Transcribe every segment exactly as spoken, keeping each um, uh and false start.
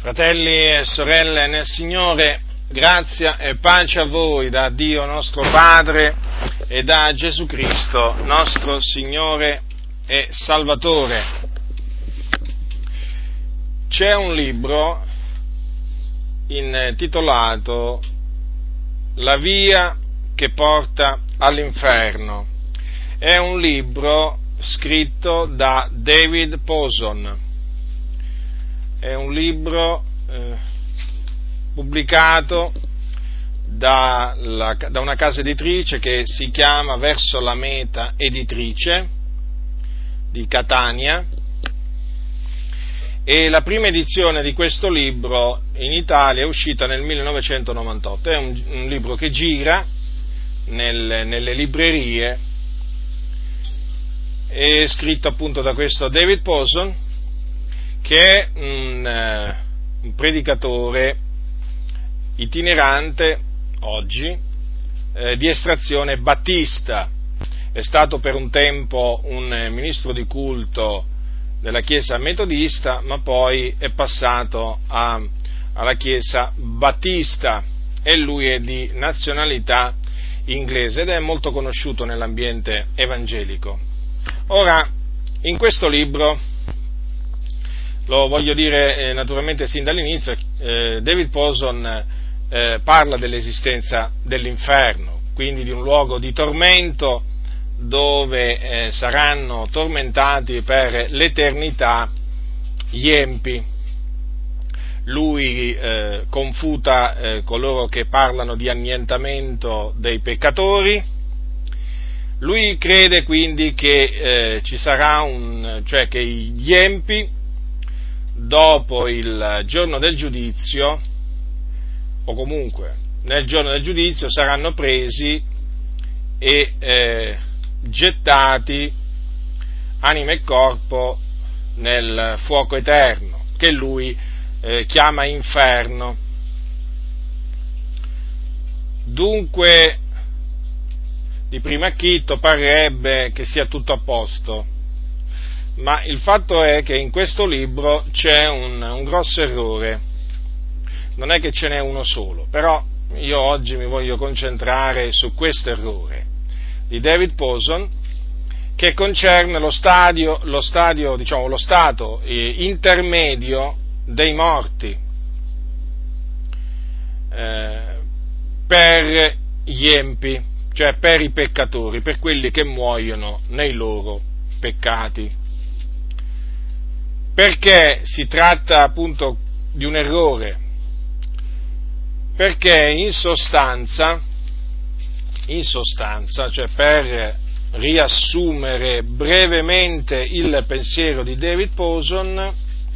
Fratelli e sorelle nel Signore, grazia e pace a voi da Dio nostro Padre e da Gesù Cristo, nostro Signore e Salvatore. C'è un libro intitolato La via che porta all'inferno. È un libro scritto da David Powson. È un libro eh, pubblicato da, la, da una casa editrice che si chiama Verso la Meta Editrice di Catania, e la prima edizione di questo libro in Italia è uscita nel millenovecentonovantotto. È un, un libro che gira nel, nelle librerie, è scritto appunto da questo David Powson, che è un, uh, un predicatore itinerante oggi eh, di estrazione battista. È stato per un tempo un eh, ministro di culto della Chiesa metodista, ma poi è passato a, alla Chiesa battista, e lui è di nazionalità inglese ed è molto conosciuto nell'ambiente evangelico. Ora, in questo libro, lo voglio dire eh, naturalmente sin dall'inizio, eh, David Powson eh, parla dell'esistenza dell'inferno, quindi di un luogo di tormento dove eh, saranno tormentati per l'eternità gli empi. Lui eh, confuta eh, coloro che parlano di annientamento dei peccatori. Lui crede quindi che eh, ci sarà un, cioè che gli empi, dopo il giorno del giudizio, o comunque nel giorno del giudizio, saranno presi e eh, gettati, anima e corpo, nel fuoco eterno, che lui eh, chiama inferno. Dunque, di primo acchito parrebbe che sia tutto a posto, ma il fatto è che in questo libro c'è un, un grosso errore. Non è che ce n'è uno solo, però io oggi mi voglio concentrare su questo errore di David Powson, che concerne lo stadio, lo stadio, diciamo, lo stato eh, intermedio dei morti eh, per gli empi, cioè per i peccatori, per quelli che muoiono nei loro peccati. Perché si tratta appunto di un errore? Perché in sostanza, in sostanza, cioè per riassumere brevemente il pensiero di David Powson,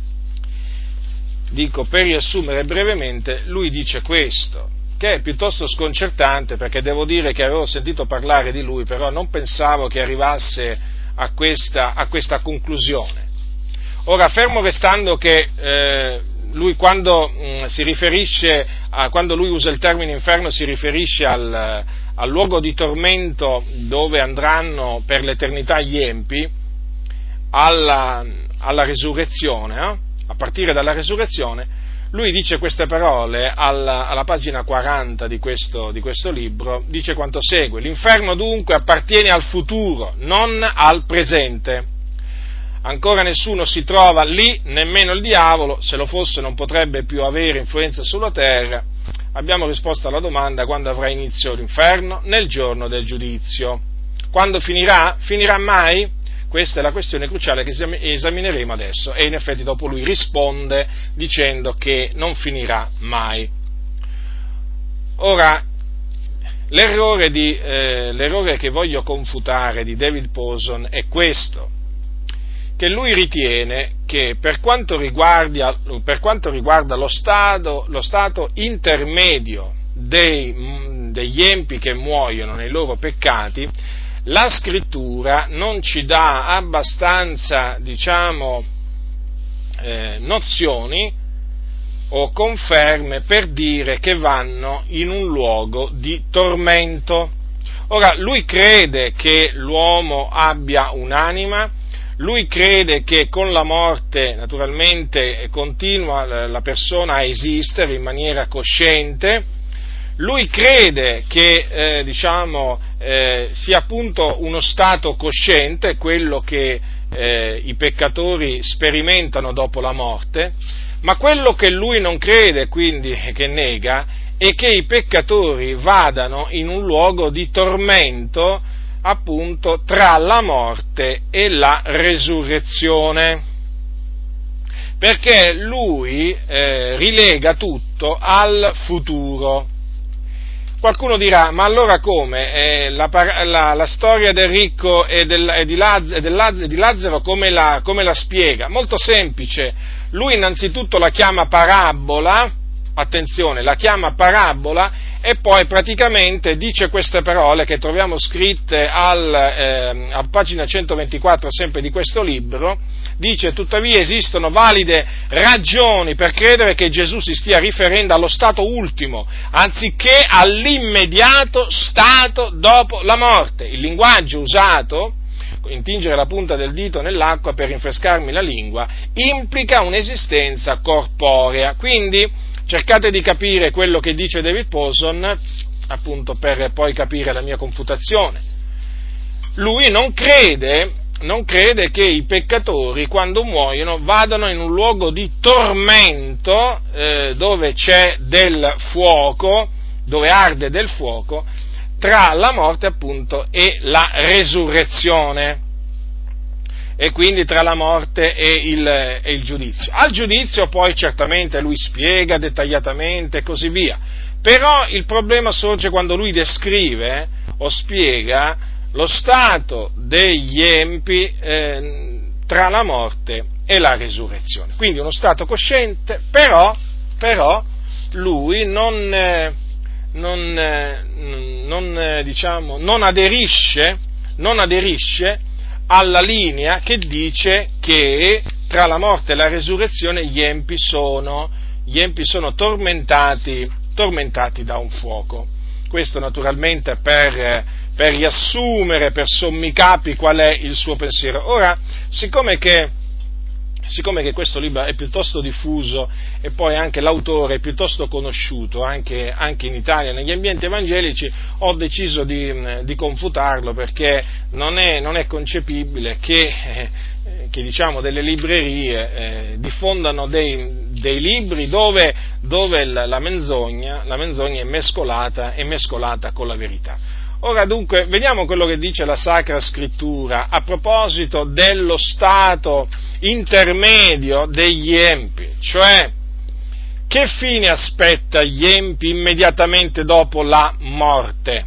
dico per riassumere brevemente, lui dice questo, che è piuttosto sconcertante, perché devo dire che avevo sentito parlare di lui, però non pensavo che arrivasse a questa, a questa conclusione. Ora, fermo restando che eh, lui quando mh, si riferisce a, quando lui usa il termine inferno, si riferisce al, al luogo di tormento dove andranno per l'eternità gli empi, alla, alla resurrezione, eh? a partire dalla resurrezione, lui dice queste parole alla, alla pagina quaranta di questo, di questo libro, dice quanto segue: l'inferno dunque appartiene al futuro, non al presente. Ancora nessuno si trova lì, nemmeno il diavolo; se lo fosse non potrebbe più avere influenza sulla terra. Abbiamo risposto alla domanda: quando avrà inizio l'inferno? Nel giorno del giudizio. Quando finirà? Finirà mai? Questa è la questione cruciale che esamineremo adesso, e in effetti dopo lui risponde dicendo che non finirà mai. Ora, l'errore, di, eh, l'errore che voglio confutare di David Powson è questo: che lui ritiene che per quanto riguarda, per quanto riguarda lo stato, lo stato intermedio dei, degli empi che muoiono nei loro peccati, la Scrittura non ci dà abbastanza, diciamo, eh, nozioni o conferme per dire che vanno in un luogo di tormento. Ora, lui crede che l'uomo abbia un'anima, lui crede che con la morte naturalmente continua la persona a esistere in maniera cosciente, lui crede che eh, diciamo, eh, sia appunto uno stato cosciente, quello che eh, i peccatori sperimentano dopo la morte, ma quello che lui non crede, quindi che nega, è che i peccatori vadano in un luogo di tormento appunto tra la morte e la resurrezione, perché lui eh, rilega tutto al futuro. Qualcuno dirà, ma allora come? Eh, la, la, la storia del ricco e, del, e, di, Lazz, e, del Lazz, e di Lazzaro come la, come la spiega? Molto semplice, lui innanzitutto la chiama parabola, attenzione, la chiama parabola, e poi praticamente dice queste parole che troviamo scritte al, eh, a pagina centoventiquattro sempre di questo libro. Dice: tuttavia esistono valide ragioni per credere che Gesù si stia riferendo allo stato ultimo, anziché all'immediato stato dopo la morte. Il linguaggio usato, intingere la punta del dito nell'acqua per rinfrescarmi la lingua, implica un'esistenza corporea. Quindi cercate di capire quello che dice David Pawson, appunto per poi capire la mia confutazione. Lui non crede non crede che i peccatori, quando muoiono, vadano in un luogo di tormento eh, dove c'è del fuoco, dove arde del fuoco, tra la morte appunto e la resurrezione, e quindi tra la morte e il, e il giudizio. Al giudizio poi certamente lui spiega dettagliatamente e così via, però il problema sorge quando lui descrive o spiega lo stato degli empi eh, tra la morte e la resurrezione. Quindi uno stato cosciente, però, però lui non, eh, non, eh, non, eh, diciamo, non aderisce, non aderisce alla linea che dice che tra la morte e la resurrezione gli empi sono, gli empi sono tormentati, tormentati da un fuoco. Questo naturalmente per, per riassumere, per sommi capi qual è il suo pensiero. Ora, siccome che, siccome che questo libro è piuttosto diffuso e poi anche l'autore è piuttosto conosciuto anche, anche in Italia, negli ambienti evangelici, ho deciso di, di confutarlo, perché non è, non è concepibile che, eh, che diciamo, delle librerie eh, diffondano dei, dei libri dove, dove la, la, menzogna, la menzogna è mescolata, è mescolata con la verità. Ora dunque, vediamo quello che dice la Sacra Scrittura a proposito dello stato intermedio degli empi, cioè che fine aspetta gli empi immediatamente dopo la morte.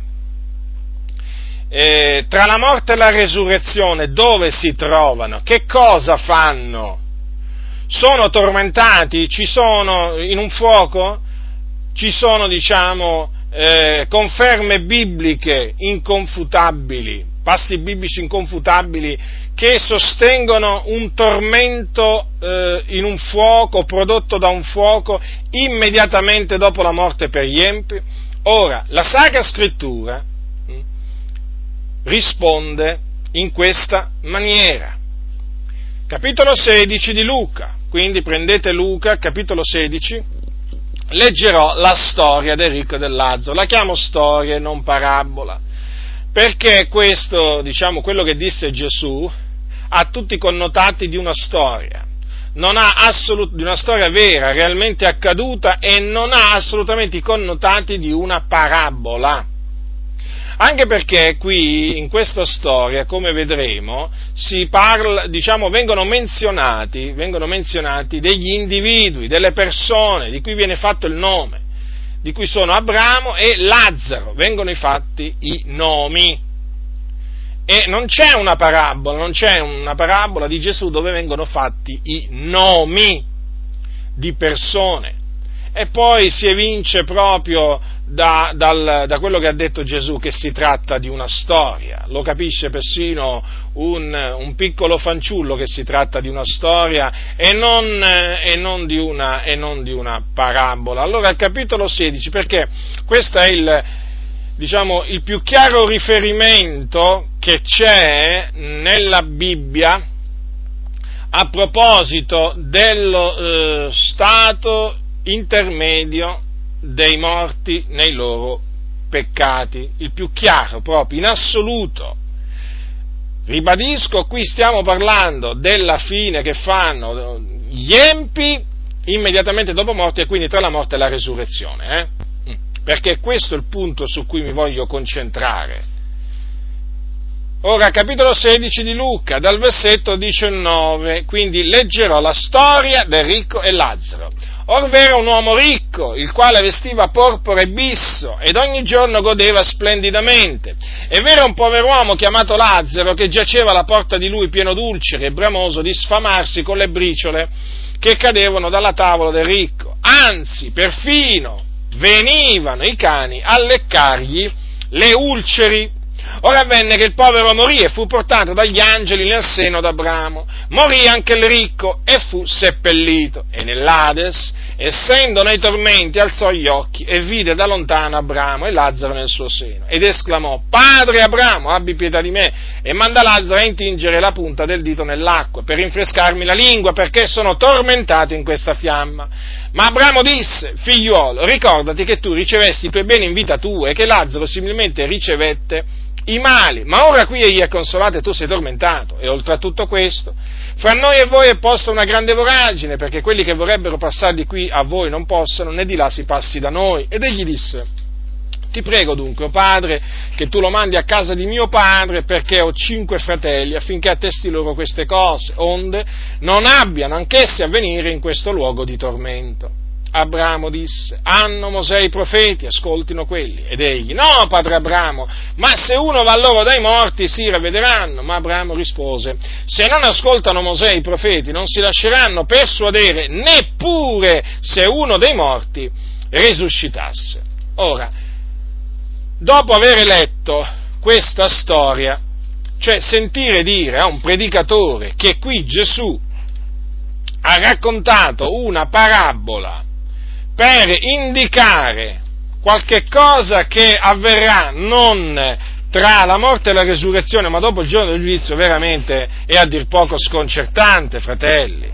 Eh, tra la morte e la resurrezione dove si trovano? Che cosa fanno? Sono tormentati? Ci sono in un fuoco? Ci sono, diciamo, eh, conferme bibliche inconfutabili, passi biblici inconfutabili che sostengono un tormento eh, in un fuoco, prodotto da un fuoco, immediatamente dopo la morte per gli empi? Ora, la Sacra Scrittura mh, risponde in questa maniera. Capitolo sedici di Luca, quindi prendete Luca, capitolo sedici, leggerò la storia del ricco e del Lazzaro. La chiamo storia e non parabola, perché questo, diciamo, quello che disse Gesù ha tutti i connotati di una storia, non ha assolut- di una storia vera, realmente accaduta, e non ha assolutamente i connotati di una parabola. Anche perché qui, in questa storia, come vedremo, si parla, diciamo, vengono menzionati, vengono menzionati degli individui, delle persone, di cui viene fatto il nome, di cui sono Abramo e Lazzaro, vengono fatti i nomi. E non c'è una parabola, non c'è una parabola di Gesù dove vengono fatti i nomi di persone. E poi si evince proprio da, dal, da quello che ha detto Gesù che si tratta di una storia. Lo capisce persino un, un piccolo fanciullo che si tratta di una storia e non, e non di una, e non di una parabola. Allora, al capitolo sedici, perché questo è il, diciamo, il più chiaro riferimento che c'è nella Bibbia a proposito dello eh, stato intermedio dei morti nei loro peccati, il più chiaro proprio, in assoluto. Ribadisco, qui stiamo parlando della fine che fanno gli empi immediatamente dopo morte, e quindi tra la morte e la resurrezione, eh? Perché questo è il punto su cui mi voglio concentrare. Ora, capitolo sedici di Luca, dal versetto diciannove, quindi leggerò la storia del ricco e Lazzaro. Orv'era un uomo ricco, il quale vestiva porpora e bisso, ed ogni giorno godeva splendidamente. E v'era un pover'uomo chiamato Lazzaro, che giaceva alla porta di lui pieno d'ulceri e bramoso di sfamarsi con le briciole che cadevano dalla tavola del ricco. Anzi, perfino venivano i cani a leccargli le ulceri. Ora avvenne che il povero morì e fu portato dagli angeli nel seno d'Abramo. Morì anche il ricco e fu seppellito. E nell'Ades, essendo nei tormenti, alzò gli occhi e vide da lontano Abramo e Lazzaro nel suo seno. Ed esclamò: Padre Abramo, abbi pietà di me, e manda Lazzaro a intingere la punta del dito nell'acqua, per rinfrescarmi la lingua, perché sono tormentato in questa fiamma. Ma Abramo disse: Figliuolo, ricordati che tu ricevesti i tuoi beni in vita tua, e che Lazzaro similmente ricevette i mali, ma ora qui egli è consolato e tu sei tormentato. E oltre a tutto questo, fra noi e voi è posta una grande voragine, perché quelli che vorrebbero passare di qui a voi non possono, né di là si passi da noi. Ed egli disse: Ti prego dunque, o padre, che tu lo mandi a casa di mio padre, perché ho cinque fratelli, affinché attesti loro queste cose, onde non abbiano anch'essi a venire in questo luogo di tormento. Abramo disse: Hanno Mosè i profeti, ascoltino quelli. Ed egli: No, padre Abramo, ma se uno va loro dai morti si ravvederanno. Ma Abramo rispose: Se non ascoltano Mosè i profeti, non si lasceranno persuadere, neppure se uno dei morti risuscitasse. Ora, dopo aver letto questa storia, cioè sentire dire a un predicatore che qui Gesù ha raccontato una parabola per indicare qualche cosa che avverrà non tra la morte e la resurrezione, ma dopo il giorno del giudizio, veramente è a dir poco sconcertante, fratelli.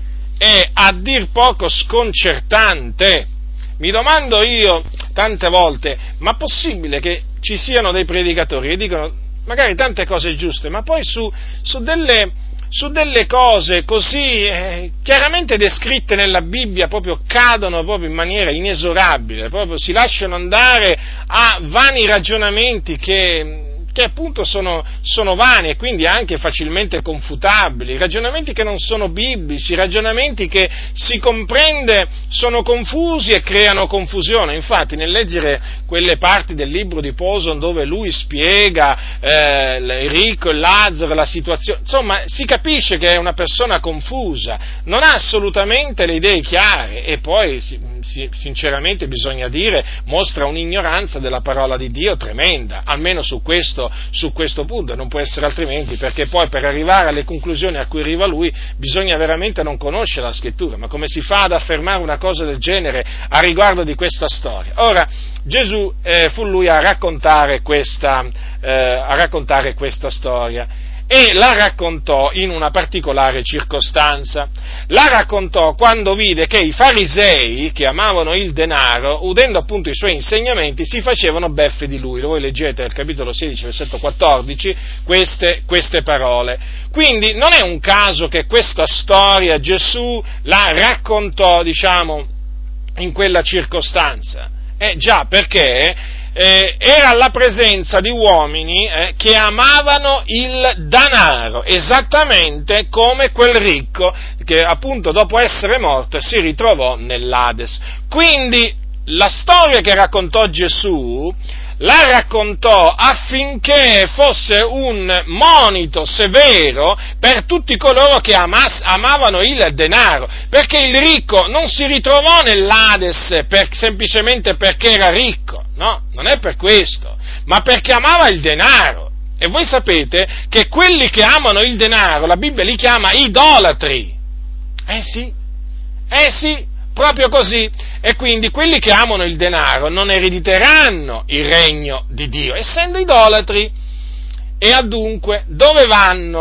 È a dir poco sconcertante. Mi domando io tante volte: ma possibile che ci siano dei predicatori che dicono magari tante cose giuste, ma poi su, su delle su delle cose così eh, chiaramente descritte nella Bibbia proprio cadono proprio in maniera inesorabile, proprio si lasciano andare a vani ragionamenti che, che appunto sono, sono vani e quindi anche facilmente confutabili, ragionamenti che non sono biblici, ragionamenti che si comprende sono confusi e creano confusione. Infatti, nel leggere quelle parti del libro di Poson dove lui spiega eh, il ricco e Lazzaro, la situazione, insomma, si capisce che è una persona confusa, non ha assolutamente le idee chiare e poi, sinceramente bisogna dire, mostra un'ignoranza della parola di Dio tremenda, almeno su questo, su questo punto, non può essere altrimenti, perché poi per arrivare alle conclusioni a cui arriva lui bisogna veramente non conoscere la Scrittura. Ma come si fa ad affermare una cosa del genere a riguardo di questa storia? Ora, Gesù eh, fu lui a raccontare questa, eh, a raccontare questa storia. E la raccontò in una particolare circostanza. La raccontò quando vide che i farisei, che amavano il denaro, udendo appunto i suoi insegnamenti, si facevano beffe di lui. Voi leggete al capitolo sedici, versetto quattordici, queste, queste parole. Quindi non è un caso che questa storia Gesù la raccontò, diciamo, in quella circostanza. Eh già, perché Eh, era alla presenza di uomini eh, che amavano il danaro, esattamente come quel ricco che appunto dopo essere morto si ritrovò nell'Ades. Quindi la storia che raccontò Gesù la raccontò affinché fosse un monito severo per tutti coloro che amas, amavano il denaro, perché il ricco non si ritrovò nell'Ades per, semplicemente perché era ricco, no, non è per questo, ma perché amava il denaro. E voi sapete che quelli che amano il denaro, la Bibbia li chiama idolatri. Eh sì, eh sì. Proprio così, e quindi quelli che amano il denaro non erediteranno il regno di Dio, essendo idolatri. E adunque, dove vanno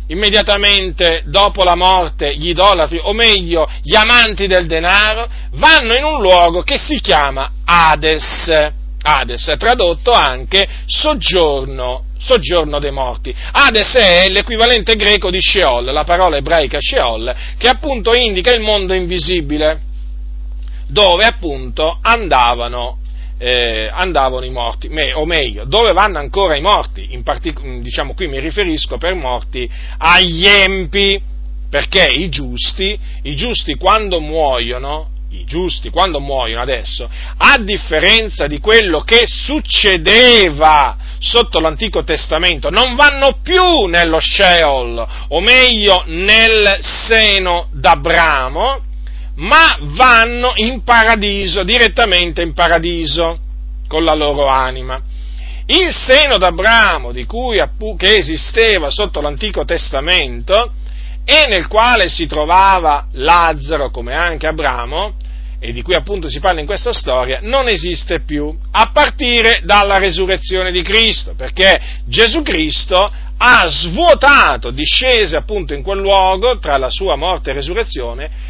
immediatamente dopo la morte, gli idolatri, o meglio, gli amanti del denaro, vanno in un luogo che si chiama Hades. Hades, tradotto anche soggiorno, soggiorno dei morti. Hades è l'equivalente greco di Sheol, la parola ebraica Sheol, che appunto indica il mondo invisibile, dove appunto andavano Eh, andavano i morti, me, o meglio, dove vanno ancora i morti, in partic- diciamo qui mi riferisco per morti agli empi, perché i giusti, i giusti quando muoiono, i giusti quando muoiono adesso, a differenza di quello che succedeva sotto l'Antico Testamento, non vanno più nello Sheol, o meglio nel seno d'Abramo, ma vanno in paradiso, direttamente in paradiso, con la loro anima. Il seno d'Abramo, di cui, che esisteva sotto l'Antico Testamento, e nel quale si trovava Lazzaro, come anche Abramo, e di cui appunto si parla in questa storia, non esiste più, a partire dalla resurrezione di Cristo, perché Gesù Cristo ha svuotato, discese appunto in quel luogo, tra la sua morte e resurrezione,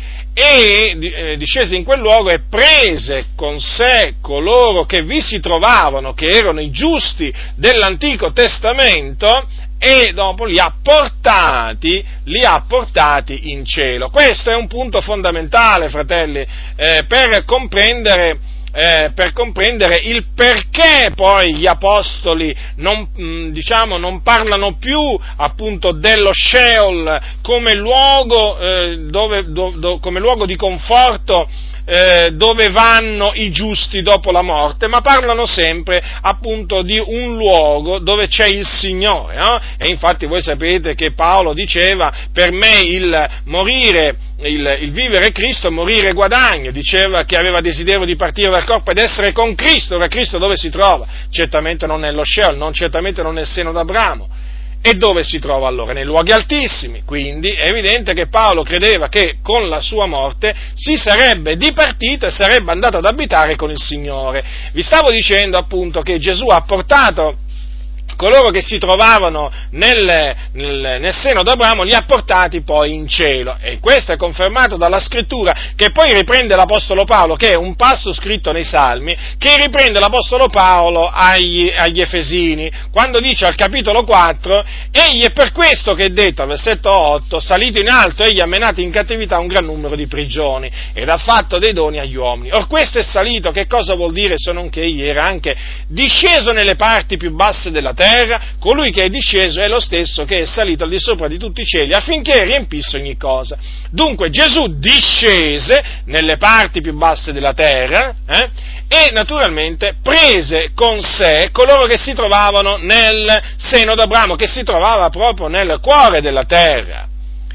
e eh, discese in quel luogo e prese con sé coloro che vi si trovavano, che erano i giusti dell'Antico Testamento, e dopo li ha portati, li ha portati in cielo. Questo è un punto fondamentale, fratelli, eh, per comprendere Eh, per comprendere il perché poi gli apostoli non, mh, diciamo, non parlano più appunto dello Sheol come luogo, eh, dove, do, do, come luogo di conforto, eh, dove vanno i giusti dopo la morte, ma parlano sempre appunto di un luogo dove c'è il Signore, no? E infatti voi sapete che Paolo diceva: per me il morire, il, il vivere è Cristo, morire è guadagno. Diceva che aveva desiderio di partire dal corpo ed essere con Cristo. Ora Cristo dove si trova? Certamente non nello Sheol, non certamente non nel seno d'Abramo. E dove si trova allora? Nei luoghi altissimi. Quindi è evidente che Paolo credeva che con la sua morte si sarebbe dipartito e sarebbe andato ad abitare con il Signore. Vi stavo dicendo appunto che Gesù ha portato coloro che si trovavano nel, nel, nel seno d'Abramo, li ha portati poi in cielo, e questo è confermato dalla scrittura, che poi riprende l'Apostolo Paolo, che è un passo scritto nei Salmi, che riprende l'Apostolo Paolo agli, agli Efesini, quando dice al capitolo quattro: egli è per questo che è detto, al versetto otto, salito in alto, egli ha menato in cattività un gran numero di prigioni, ed ha fatto dei doni agli uomini. Or questo è salito, che cosa vuol dire, se non che egli era anche disceso nelle parti più basse della terra? Colui che è disceso è lo stesso che è salito al di sopra di tutti i cieli, affinché riempisse ogni cosa. Dunque Gesù discese nelle parti più basse della terra, eh, e naturalmente prese con sé coloro che si trovavano nel seno d'Abramo, che si trovava proprio nel cuore della terra,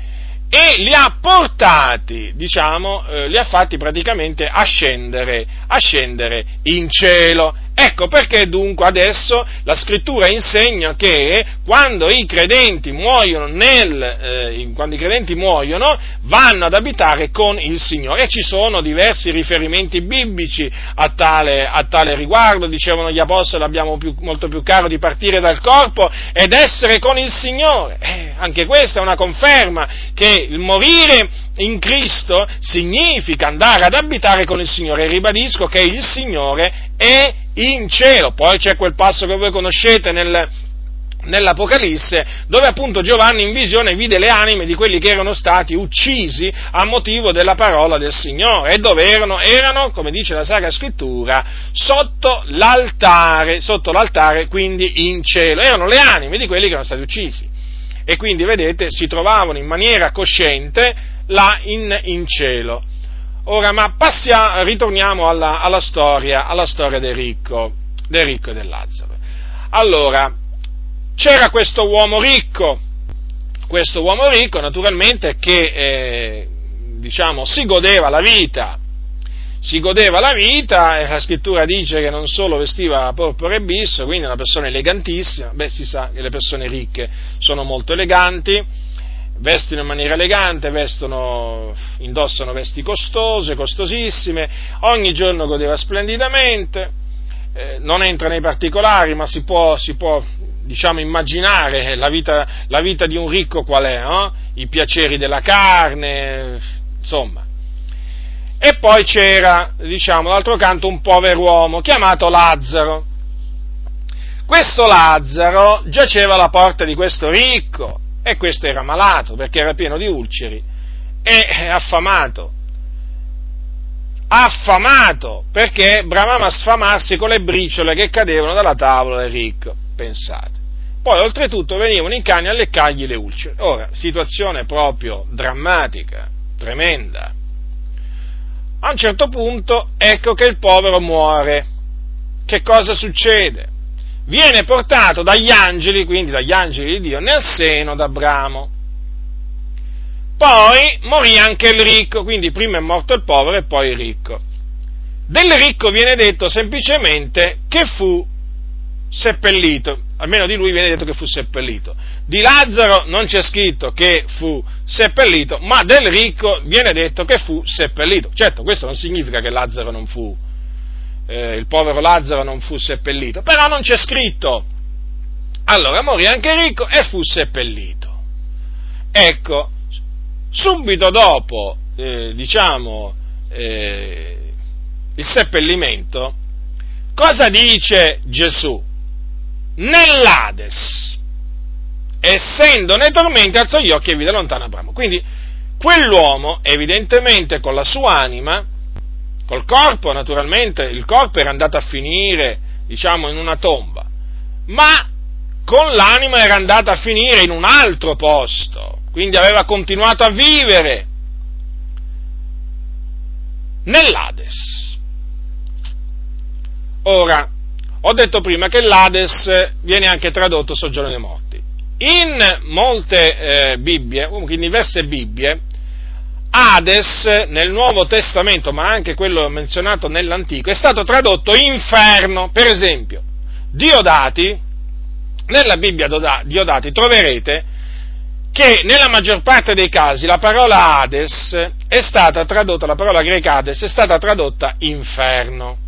e li ha portati, diciamo, eh, li ha fatti praticamente ascendere, ascendere in cielo. Ecco perché dunque adesso la scrittura insegna che quando i credenti muoiono, nel, eh, quando i credenti muoiono vanno ad abitare con il Signore, e ci sono diversi riferimenti biblici a tale, a tale riguardo. Dicevano gli apostoli: abbiamo più, molto più caro di partire dal corpo ed essere con il Signore. Eh, anche questa è una conferma che il morire in Cristo significa andare ad abitare con il Signore, e ribadisco che il Signore è in cielo. Poi c'è quel passo che voi conoscete nel, nell'Apocalisse, dove appunto Giovanni in visione vide le anime di quelli che erano stati uccisi a motivo della parola del Signore, e dove erano, erano, come dice la Sacra Scrittura, sotto l'altare, sotto l'altare, quindi in cielo, erano le anime di quelli che erano stati uccisi, e quindi vedete si trovavano in maniera cosciente là in, in cielo. Ora, ma passiamo, ritorniamo alla, alla storia, alla storia del ricco, del ricco e del Lazzaro. Allora, c'era questo uomo ricco, questo uomo ricco naturalmente che, eh, diciamo, si godeva la vita, si godeva la vita, e la scrittura dice che non solo vestiva porpora e bisso, quindi una persona elegantissima. Beh, si sa che le persone ricche sono molto eleganti, vestono in maniera elegante, vestono, indossano vesti costose, costosissime, ogni giorno godeva splendidamente, eh, non entra nei particolari, ma si può, si può diciamo, immaginare la vita, la vita di un ricco qual è, no? I piaceri della carne, insomma. E poi c'era, diciamo, d'altro canto un pover'uomo chiamato Lazzaro. Questo Lazzaro giaceva alla porta di questo ricco, e questo era malato perché era pieno di ulceri e affamato. Affamato perché bramava a sfamarsi con le briciole che cadevano dalla tavola del ricco, pensate. Poi oltretutto venivano in cani a leccargli le ulcere. Ora, situazione proprio drammatica, tremenda. A un certo punto ecco che il povero muore. Che cosa succede? Viene portato dagli angeli, quindi dagli angeli di Dio, nel seno d'Abramo. Poi morì anche il ricco, quindi prima è morto il povero e poi il ricco. Del ricco viene detto semplicemente che fu seppellito, almeno di lui viene detto che fu seppellito. Di Lazzaro non c'è scritto che fu seppellito, ma del ricco viene detto che fu seppellito. Certo, questo non significa che Lazzaro non fu, eh, il povero Lazzaro non fu seppellito, però non c'è scritto. Allora morì anche il ricco e fu seppellito. Ecco, subito dopo, eh, diciamo, eh, il seppellimento, cosa dice Gesù? Nell'Ades, essendo nei tormenti, alzò gli occhi e vide lontano Abramo. Quindi quell'uomo, evidentemente con la sua anima, col corpo naturalmente, il corpo era andato a finire, diciamo, in una tomba, ma con l'anima era andato a finire in un altro posto, quindi aveva continuato a vivere nell'Ades. Ora, ho detto prima che l'Ades viene anche tradotto soggiorno dei morti. In molte eh, Bibbie, comunque in diverse Bibbie, Hades nel Nuovo Testamento, ma anche quello menzionato nell'Antico, è stato tradotto inferno. Per esempio, Diodati, nella Bibbia Diodati troverete che nella maggior parte dei casi la parola Hades è stata tradotta, la parola greca Hades è stata tradotta inferno.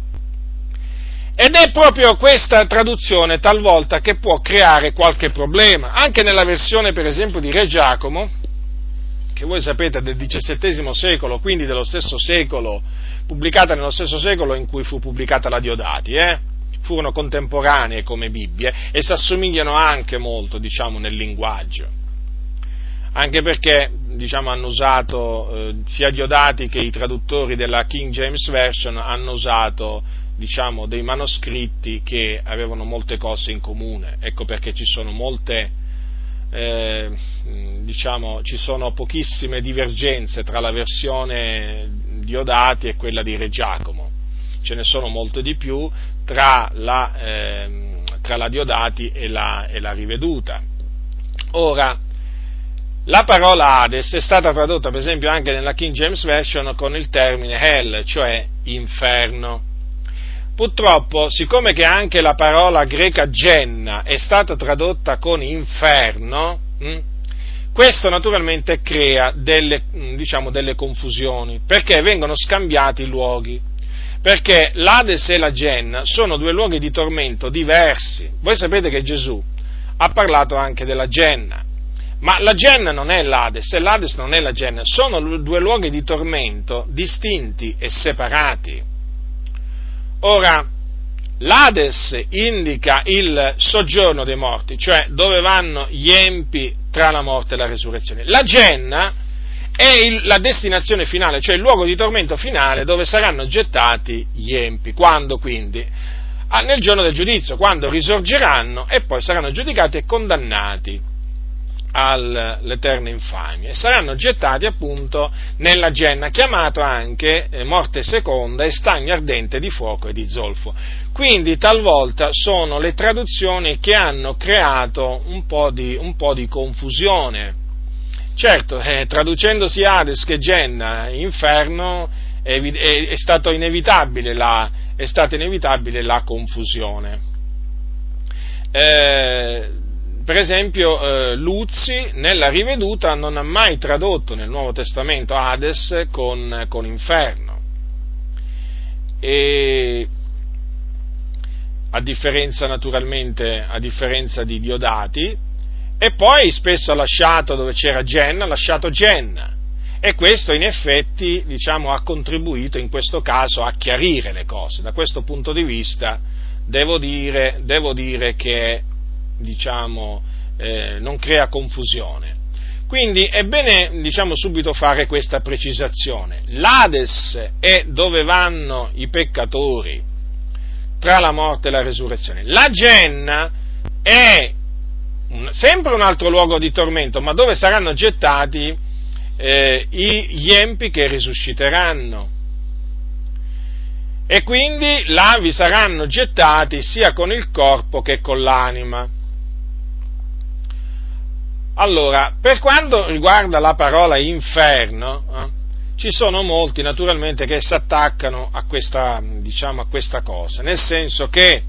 Ed è proprio questa traduzione talvolta che può creare qualche problema, anche nella versione per esempio di Re Giacomo, che voi sapete del diciassettesimo secolo, quindi dello stesso secolo, pubblicata nello stesso secolo in cui fu pubblicata la Diodati, eh? Furono contemporanee come Bibbie e si assomigliano anche molto, diciamo, nel linguaggio, anche perché, diciamo, hanno usato, eh, sia Diodati che i traduttori della King James Version hanno usato, diciamo, dei manoscritti che avevano molte cose in comune. Ecco perché ci sono molte, eh, diciamo, ci sono pochissime divergenze tra la versione Diodati e quella di Re Giacomo. Ce ne sono molte di più tra la, eh, tra la Diodati e la, e la riveduta. Ora, la parola Hades è stata tradotta per esempio anche nella King James Version con il termine hell, cioè inferno. Purtroppo, siccome che anche la parola greca Genna è stata tradotta con inferno, mh, questo naturalmente crea delle, diciamo, delle confusioni, perché vengono scambiati i luoghi, perché l'Ades e la Genna sono due luoghi di tormento diversi. Voi sapete che Gesù ha parlato anche della Genna, ma la Genna non è l'Ades e l'Ades non è la Genna, sono due luoghi di tormento distinti e separati. Ora, l'Ades indica il soggiorno dei morti, cioè dove vanno gli empi tra la morte e la resurrezione. La Genna è il, la destinazione finale, cioè il luogo di tormento finale dove saranno gettati gli empi. Quando quindi? Ah, nel giorno del giudizio, quando risorgeranno e poi saranno giudicati e condannati all'eterna infamia e saranno gettati appunto nella Genna, chiamato anche eh, morte seconda e stagno ardente di fuoco e di zolfo. Quindi talvolta sono le traduzioni che hanno creato un po' di, un po' di confusione. Certo, eh, traducendosi Hades che Genna, inferno, è, è, è, stato inevitabile la, è stata inevitabile la confusione. Eh, Per esempio, eh, Luzzi, nella riveduta, non ha mai tradotto nel Nuovo Testamento Hades con, con inferno. E a differenza naturalmente, a differenza di Diodati, e poi spesso ha lasciato dove c'era Genna, ha lasciato Genna, e questo in effetti, diciamo, ha contribuito in questo caso a chiarire le cose. Da questo punto di vista devo dire, devo dire che, diciamo, eh, non crea confusione. Quindi è bene, diciamo, subito fare questa precisazione. L'Ades è dove vanno i peccatori tra la morte e la resurrezione. La Genna è un, sempre un altro luogo di tormento, ma dove saranno gettati eh, gli empi che risusciteranno. E quindi là vi saranno gettati sia con il corpo che con l'anima. Allora, per quanto riguarda la parola inferno, eh, ci sono molti naturalmente che si attaccano a questa, diciamo, a questa cosa, nel senso che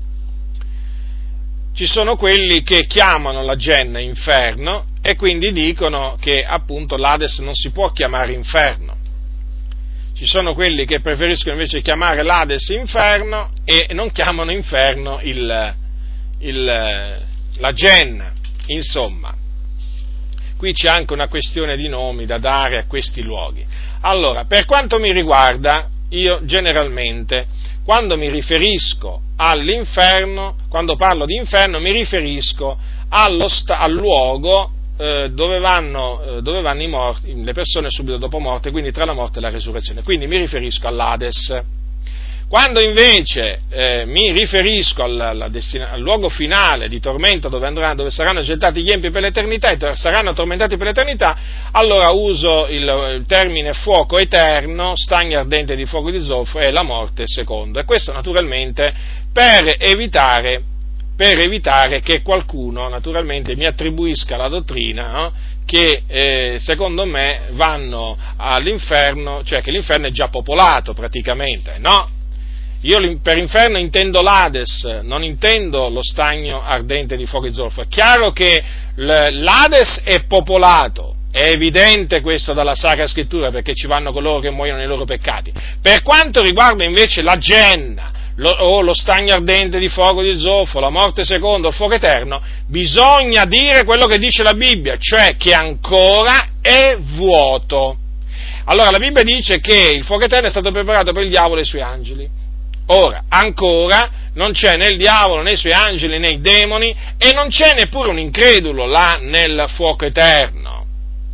ci sono quelli che chiamano la Genna inferno e quindi dicono che appunto l'Ades non si può chiamare inferno. Ci sono quelli che preferiscono invece chiamare l'Ades inferno e non chiamano inferno il, il, la Genna, insomma. Qui c'è anche una questione di nomi da dare a questi luoghi. Allora, per quanto mi riguarda, io generalmente, quando mi riferisco all'inferno, quando parlo di inferno, mi riferisco allo sta, al luogo eh, dove, vanno, eh, dove vanno i morti, le persone subito dopo morte, quindi tra la morte e la resurrezione. Quindi mi riferisco all'Ades. Quando invece eh, mi riferisco al, alla destina, al luogo finale di tormento dove, andranno, dove saranno gettati gli empi per l'eternità e saranno tormentati per l'eternità, allora uso il, il termine fuoco eterno, stagno ardente di fuoco di zolfo e la morte secondo. E questo naturalmente per evitare, per evitare che qualcuno naturalmente mi attribuisca la dottrina, no? che eh, secondo me vanno all'inferno, cioè che l'inferno è già popolato praticamente, no? Io per inferno intendo l'Ades, non intendo lo stagno ardente di fuoco e zolfo. È chiaro che l'Ades è popolato, è evidente questo dalla Sacra Scrittura, perché ci vanno coloro che muoiono nei loro peccati. Per quanto riguarda invece la Genna, lo, o lo stagno ardente di fuoco di zolfo, la morte seconda, il fuoco eterno, bisogna dire quello che dice la Bibbia, cioè che ancora è vuoto. Allora la Bibbia dice che il fuoco eterno è stato preparato per il diavolo e i suoi angeli. Ora, ancora, non c'è né il diavolo, né i suoi angeli, né i demoni, e non c'è neppure un incredulo là nel fuoco eterno.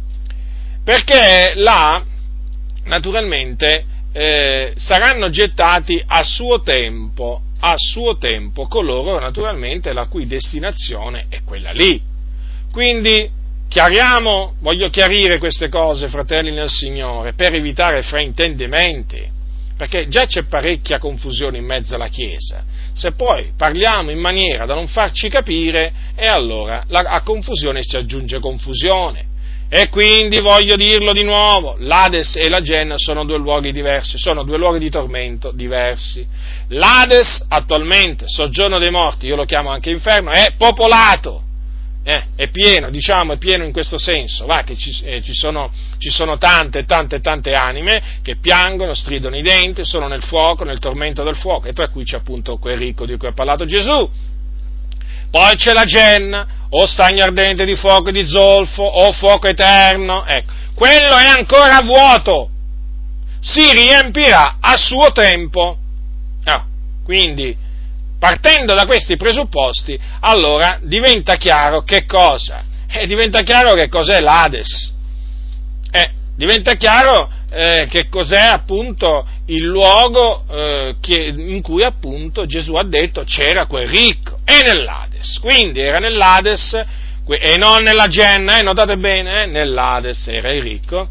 Perché là, naturalmente, eh, saranno gettati a suo tempo, a suo tempo, coloro, naturalmente, la cui destinazione è quella lì. Quindi, chiariamo, voglio chiarire queste cose, fratelli nel Signore, per evitare fraintendimenti. Perché già c'è parecchia confusione in mezzo alla Chiesa. Se poi parliamo in maniera da non farci capire, e allora la, a confusione si aggiunge confusione. E quindi voglio dirlo di nuovo, l'Ades e la Genna sono due luoghi diversi, sono due luoghi di tormento diversi. L'Ades attualmente, soggiorno dei morti, io lo chiamo anche inferno, è popolato. Eh, è pieno, diciamo, è pieno in questo senso, va, che ci, eh, ci, sono, ci sono tante, tante, tante anime che piangono, stridono i denti, sono nel fuoco, nel tormento del fuoco, e tra cui c'è appunto quel ricco di cui ha parlato Gesù. Poi c'è la Genna, o stagno ardente di fuoco e di zolfo, o fuoco eterno, ecco, quello è ancora vuoto, si riempirà a suo tempo. Ah, quindi, partendo da questi presupposti, allora diventa chiaro che cosa? Eh, diventa chiaro che cos'è l'Ades. Eh, diventa chiaro eh, che cos'è appunto il luogo eh, che, in cui appunto Gesù ha detto c'era quel ricco, è nell'Ades. Quindi era nell'Ades e non nella Genna, eh, notate bene, eh, nell'Ades era il ricco.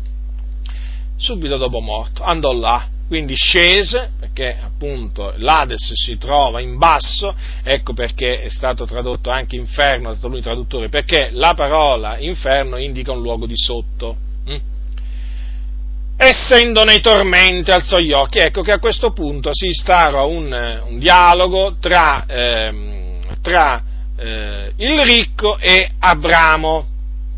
Subito dopo morto andò là. Quindi scese, perché appunto l'Ades si trova in basso, ecco perché è stato tradotto anche inferno, è stato lui il traduttore, perché la parola inferno indica un luogo di sotto. Hm? Essendo nei tormenti alzò gli occhi, ecco che a questo punto si instaura un, un dialogo tra, ehm, tra eh, il ricco e Abramo.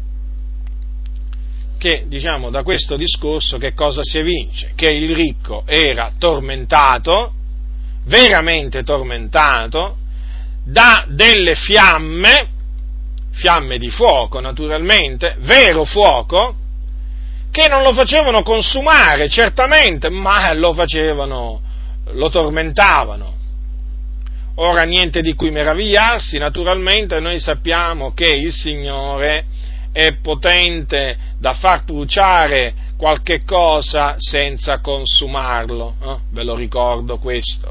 Che, diciamo, da questo discorso che cosa si evince? Che il ricco era tormentato, veramente tormentato da delle fiamme, fiamme di fuoco naturalmente, vero fuoco, che non lo facevano consumare certamente, ma lo facevano, lo tormentavano. Ora niente di cui meravigliarsi, naturalmente noi sappiamo che il Signore è potente da far bruciare qualche cosa senza consumarlo, eh? Ve lo ricordo questo.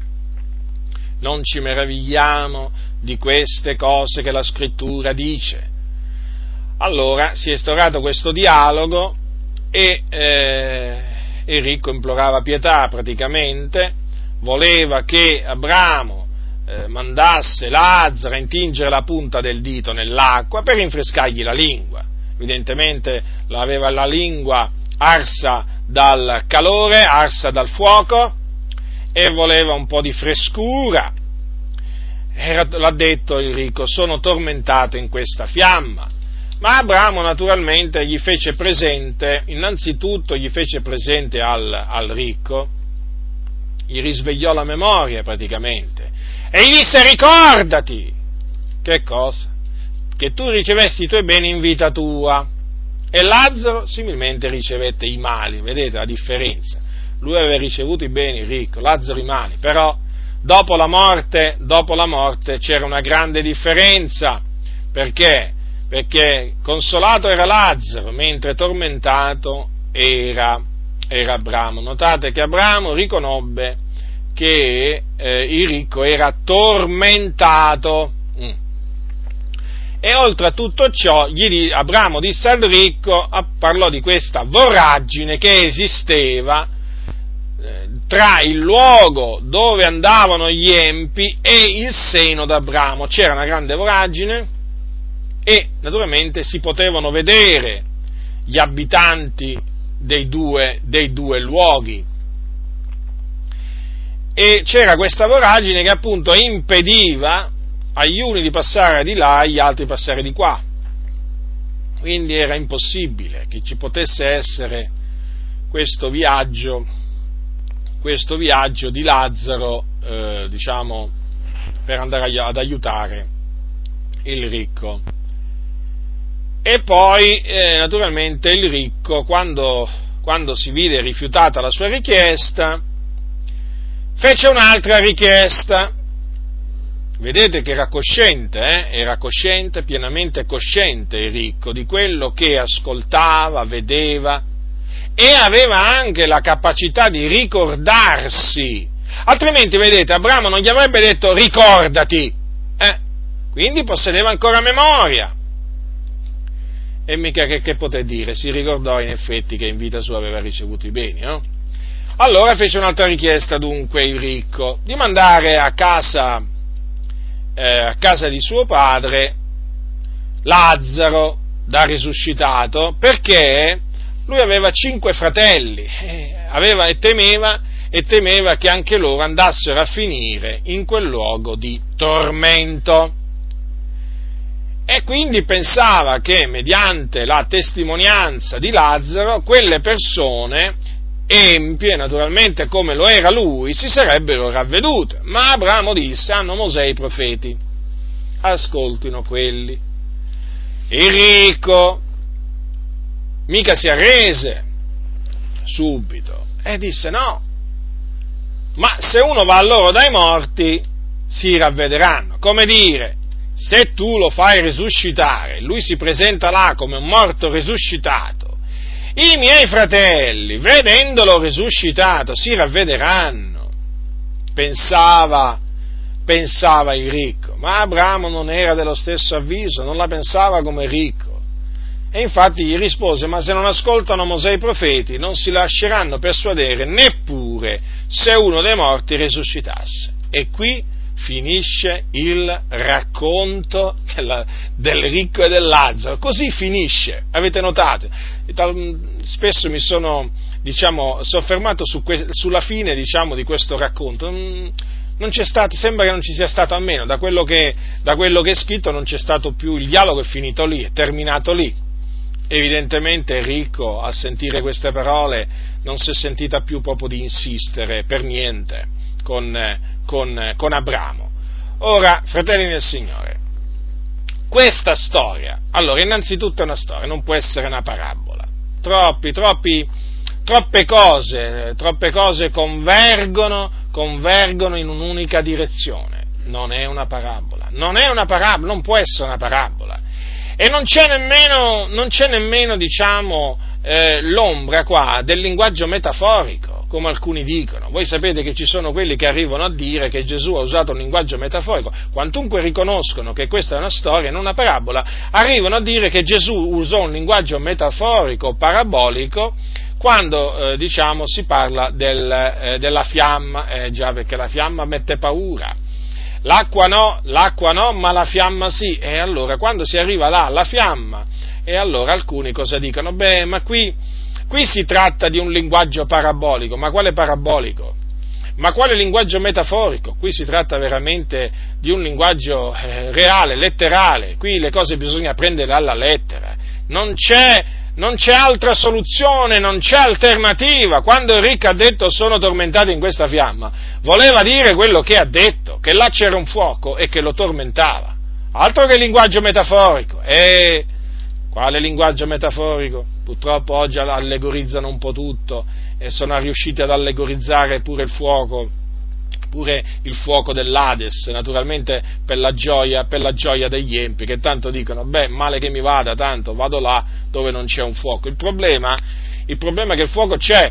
Non ci meravigliamo di queste cose che la Scrittura dice. Allora si è instaurato questo dialogo e eh, Enrico implorava pietà praticamente, voleva che Abramo eh, mandasse Lazzaro a intingere la punta del dito nell'acqua per rinfrescargli la lingua. Evidentemente aveva la lingua arsa dal calore, arsa dal fuoco, e voleva un po' di frescura. Era, l'ha detto Enrico, sono tormentato in questa fiamma. Ma Abramo naturalmente gli fece presente, innanzitutto gli fece presente al, al ricco, gli risvegliò la memoria praticamente, e gli disse: ricordati, che cosa? Che tu ricevesti i tuoi beni in vita tua, e Lazzaro similmente ricevette i mali. Vedete la differenza? Lui aveva ricevuto i beni, il ricco, Lazzaro i mali, però dopo la morte, dopo la morte c'era una grande differenza. Perché? Perché consolato era Lazzaro, mentre tormentato era, era Abramo. Notate che Abramo riconobbe che eh, il ricco era tormentato. Mm. E oltre a tutto ciò, gli, Abramo disse al ricco, parlò di questa voragine che esisteva eh, tra il luogo dove andavano gli empi e il seno d'Abramo. C'era una grande voragine, e naturalmente si potevano vedere gli abitanti dei due, dei due luoghi, e c'era questa voragine che appunto impediva agli uni di passare di là e agli altri di passare di qua, quindi era impossibile che ci potesse essere questo viaggio, questo viaggio di Lazzaro, eh, diciamo, per andare ad aiutare il ricco. E poi, eh, naturalmente, il ricco, quando, quando si vide rifiutata la sua richiesta, fece un'altra richiesta. Vedete che era cosciente, eh? Era cosciente, pienamente cosciente il ricco di quello che ascoltava, vedeva, e aveva anche la capacità di ricordarsi. Altrimenti, vedete, Abramo non gli avrebbe detto ricordati, eh? Quindi possedeva ancora memoria. E mica che, che poté dire, si ricordò in effetti che in vita sua aveva ricevuto i beni, no? Allora fece un'altra richiesta dunque il ricco, di mandare a casa, eh, a casa di suo padre Lazzaro da risuscitato, perché lui aveva cinque fratelli, eh, aveva, e, temeva, e temeva che anche loro andassero a finire in quel luogo di tormento. E quindi pensava che mediante la testimonianza di Lazzaro quelle persone, empie naturalmente come lo era lui, si sarebbero ravvedute. Ma Abramo disse: hanno Mosè e i profeti, ascoltino quelli. Il ricco mica si arrese subito e disse: no, ma se uno va a loro dai morti si ravvederanno. Come dire, se tu lo fai risuscitare, lui si presenta là come un morto risuscitato, i miei fratelli, vedendolo risuscitato, si ravvederanno. Pensava, pensava il ricco, ma Abramo non era dello stesso avviso, non la pensava come ricco. E infatti gli rispose: ma se non ascoltano Mosè e i profeti, non si lasceranno persuadere neppure se uno dei morti risuscitasse. E qui finisce il racconto della, del ricco e del Lazzaro. Così finisce, avete notato? Spesso mi sono, diciamo, soffermato su que- sulla fine, diciamo, di questo racconto. Non c'è stato, sembra che non ci sia stato, almeno da quello che, da quello che è scritto, non c'è stato più, il dialogo è finito lì, è terminato lì. Evidentemente Enrico, a sentire queste parole, non si è sentita più proprio di insistere per niente con con, con Abramo. Ora, fratelli del Signore, questa storia, allora, innanzitutto è una storia, non può essere una parabola. Troppi, troppi, troppe cose, troppe cose convergono, convergono in un'unica direzione. Non è una parabola, non è una parabola, non può essere una parabola. E non c'è nemmeno, non c'è nemmeno, diciamo, eh, l'ombra qua del linguaggio metaforico, come alcuni dicono. Voi sapete che ci sono quelli che arrivano a dire che Gesù ha usato un linguaggio metaforico, quantunque riconoscono che questa è una storia e non una parabola, arrivano a dire che Gesù usò un linguaggio metaforico, parabolico, quando, eh, diciamo, si parla del, eh, della fiamma, eh, già perché la fiamma mette paura. L'acqua no, l'acqua no, ma la fiamma sì, e allora quando si arriva là alla fiamma, e allora alcuni cosa dicono? Beh, ma qui, qui si tratta di un linguaggio parabolico, ma quale parabolico? Ma quale linguaggio metaforico? Qui si tratta veramente di un linguaggio eh, reale, letterale, qui le cose bisogna prendere alla lettera, non c'è... Non c'è altra soluzione, non c'è alternativa. Quando Enrico ha detto sono tormentati in questa fiamma, voleva dire quello che ha detto, che là c'era un fuoco e che lo tormentava. Altro che linguaggio metaforico. E quale linguaggio metaforico? Purtroppo oggi allegorizzano un po' tutto e sono riusciti ad allegorizzare pure il fuoco, pure il fuoco dell'Ades, naturalmente per la gioia, per la gioia degli empi, che tanto dicono, beh, male che mi vada, tanto vado là dove non c'è un fuoco. Il problema, il problema è che il fuoco c'è,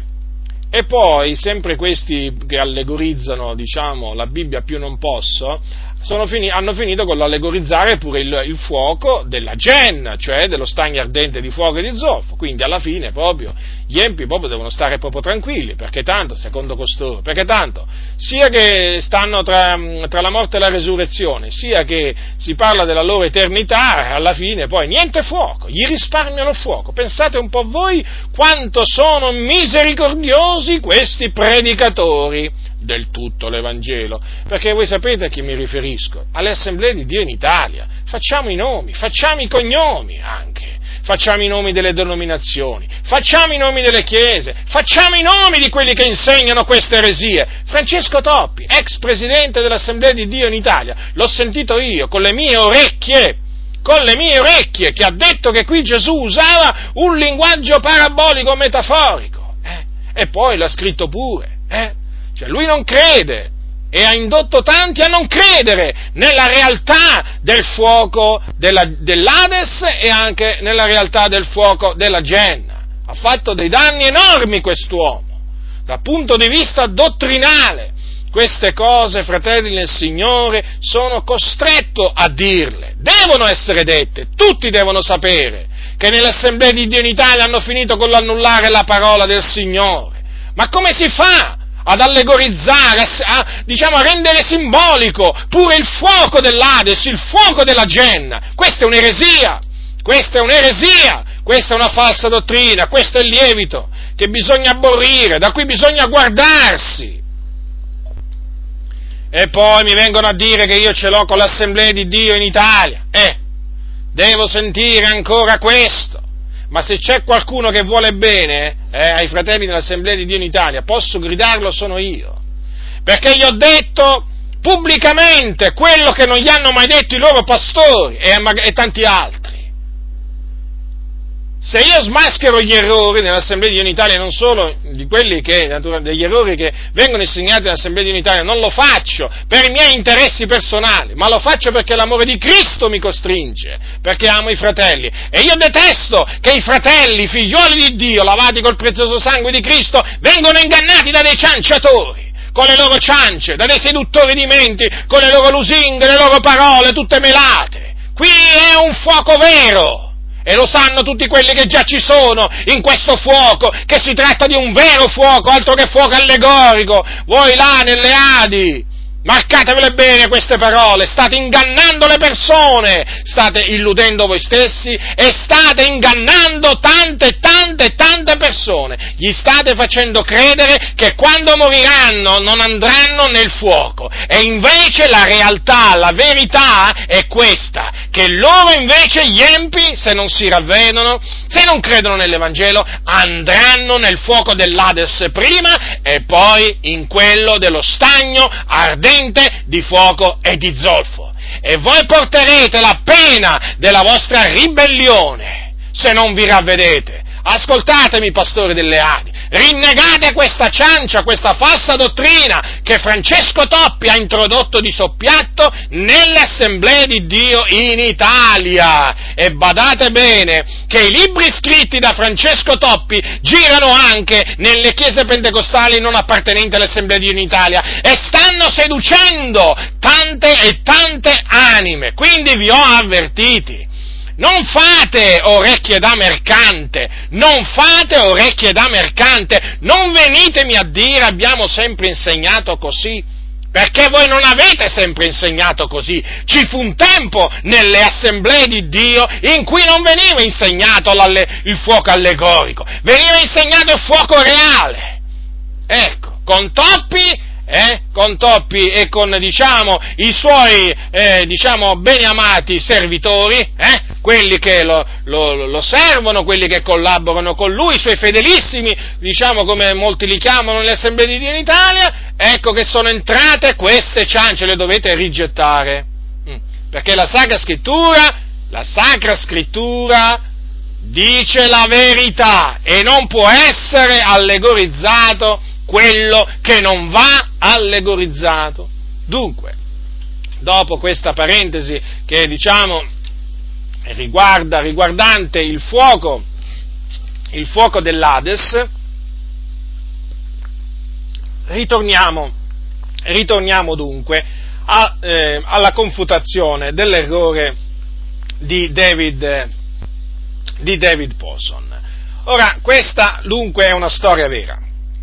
e poi sempre questi che allegorizzano, diciamo, la Bibbia più non posso, sono fini, hanno finito con l'allegorizzare pure il, il fuoco della Genna, cioè dello stagno ardente di fuoco e di zolfo. Quindi alla fine proprio gli empi proprio devono stare proprio tranquilli, perché tanto, secondo costoro, perché tanto, sia che stanno tra, tra la morte e la resurrezione, sia che si parla della loro eternità, alla fine poi niente fuoco, gli risparmiano il fuoco. Pensate un po' voi quanto sono misericordiosi questi predicatori del tutto l'Evangelo, perché voi sapete a chi mi riferisco? Alle assemblee di Dio in Italia. Facciamo i nomi, facciamo i cognomi anche, facciamo i nomi delle denominazioni, facciamo i nomi delle chiese, facciamo i nomi di quelli che insegnano queste eresie. Francesco Toppi, ex presidente dell'Assemblea di Dio in Italia, l'ho sentito io con le mie orecchie, con le mie orecchie, che ha detto che qui Gesù usava un linguaggio parabolico metaforico, eh? E poi l'ha scritto pure, eh? Cioè lui non crede e ha indotto tanti a non credere nella realtà del fuoco della, dell'Ades e anche nella realtà del fuoco della Genna. Ha fatto dei danni enormi quest'uomo, dal punto di vista dottrinale. Queste cose, fratelli nel Signore, sono costretto a dirle, devono essere dette, tutti devono sapere che nelle assemblee di Dio in Italia hanno finito con l'annullare la parola del Signore. Ma come si fa ad allegorizzare, a, a, diciamo, a rendere simbolico pure il fuoco dell'Ades, il fuoco della Genna? Questa è un'eresia, questa è un'eresia, questa è una falsa dottrina, questo è il lievito che bisogna aborrire, da cui bisogna guardarsi. E poi mi vengono a dire che io ce l'ho con l'Assemblea di Dio in Italia, eh, devo sentire ancora questo. Ma se c'è qualcuno che vuole bene eh, ai fratelli dell'Assemblea di Dio in Italia, posso gridarlo, sono io, perché gli ho detto pubblicamente quello che non gli hanno mai detto i loro pastori e, e tanti altri. Se io smaschero gli errori nell'Assemblea di Dio in Italia, non solo di quelli che, degli errori che vengono insegnati nell'Assemblea di Dio in Italia, non lo faccio per i miei interessi personali, ma lo faccio perché l'amore di Cristo mi costringe, perché amo i fratelli. E io detesto che i fratelli, figlioli di Dio, lavati col prezioso sangue di Cristo, vengono ingannati da dei cianciatori, con le loro ciance, da dei seduttori di menti, con le loro lusinghe, le loro parole tutte melate. Qui è un fuoco vero. E lo sanno tutti quelli che già ci sono in questo fuoco, che si tratta di un vero fuoco, altro che fuoco allegorico. Voi là nelle Adi, marcatevele bene queste parole, state ingannando le persone, state illudendo voi stessi e state ingannando tante, tante, tante persone. Gli state facendo credere che quando moriranno non andranno nel fuoco. E invece la realtà, la verità è questa, che loro invece, gli empi, se non si ravvedono, se non credono nell'Evangelo, andranno nel fuoco dell'Ades prima e poi in quello dello stagno ardente di fuoco e di zolfo. E voi porterete la pena della vostra ribellione, se non vi ravvedete. Ascoltatemi, pastori delle Adi, rinnegate questa ciancia, questa falsa dottrina che Francesco Toppi ha introdotto di soppiatto nelle assemblee di Dio in Italia. E badate bene che i libri scritti da Francesco Toppi girano anche nelle chiese pentecostali non appartenenti alle assemblee di Dio in Italia e stanno seducendo tante e tante anime. Quindi vi ho avvertiti. Non fate orecchie da mercante, non fate orecchie da mercante, non venitemi a dire abbiamo sempre insegnato così, perché voi non avete sempre insegnato così. Ci fu un tempo nelle assemblee di Dio in cui non veniva insegnato il fuoco allegorico, veniva insegnato il fuoco reale. Ecco, con Toppi Eh, con Toppi e con, diciamo, i suoi, eh, diciamo, beniamati servitori, eh, quelli che lo, lo, lo servono, quelli che collaborano con lui, i suoi fedelissimi, diciamo, come molti li chiamano nelle assemblee di Dio in Italia, ecco che sono entrate queste ciance, le dovete rigettare, mm. perché la Sacra Scrittura, la Sacra Scrittura dice la verità e non può essere allegorizzato quello che non va allegorizzato. Dunque, dopo questa parentesi che diciamo riguarda riguardante il fuoco, il fuoco dell'Ades, ritorniamo, ritorniamo dunque a, eh, alla confutazione dell'errore di David, di David Pawson. Ora, questa dunque è una storia vera.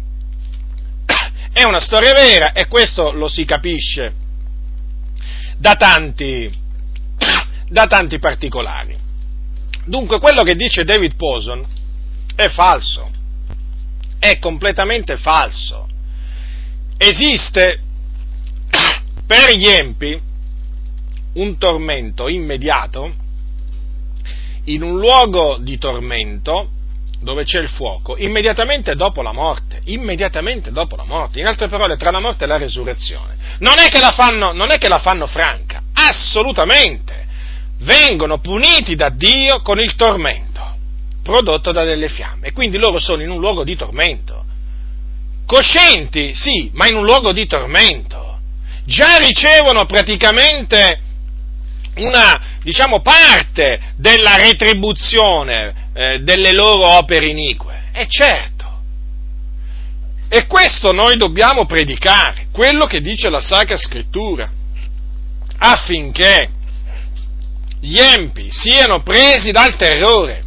È una storia vera e questo lo si capisce da tanti, da tanti particolari. Dunque, quello che dice David Pawson è falso, è completamente falso. Esiste per gli empi un tormento immediato in un luogo di tormento dove c'è il fuoco, immediatamente dopo la morte, immediatamente dopo la morte, in altre parole, tra la morte e la resurrezione. Non è che la fanno, non è che la fanno franca, assolutamente, vengono puniti da Dio con il tormento, prodotto da delle fiamme, e quindi loro sono in un luogo di tormento, coscienti, sì, ma in un luogo di tormento, già ricevono praticamente una, diciamo, parte della retribuzione eh, delle loro opere inique, è certo. E questo noi dobbiamo predicare, quello che dice la Sacra Scrittura, affinché gli empi siano presi dal terrore,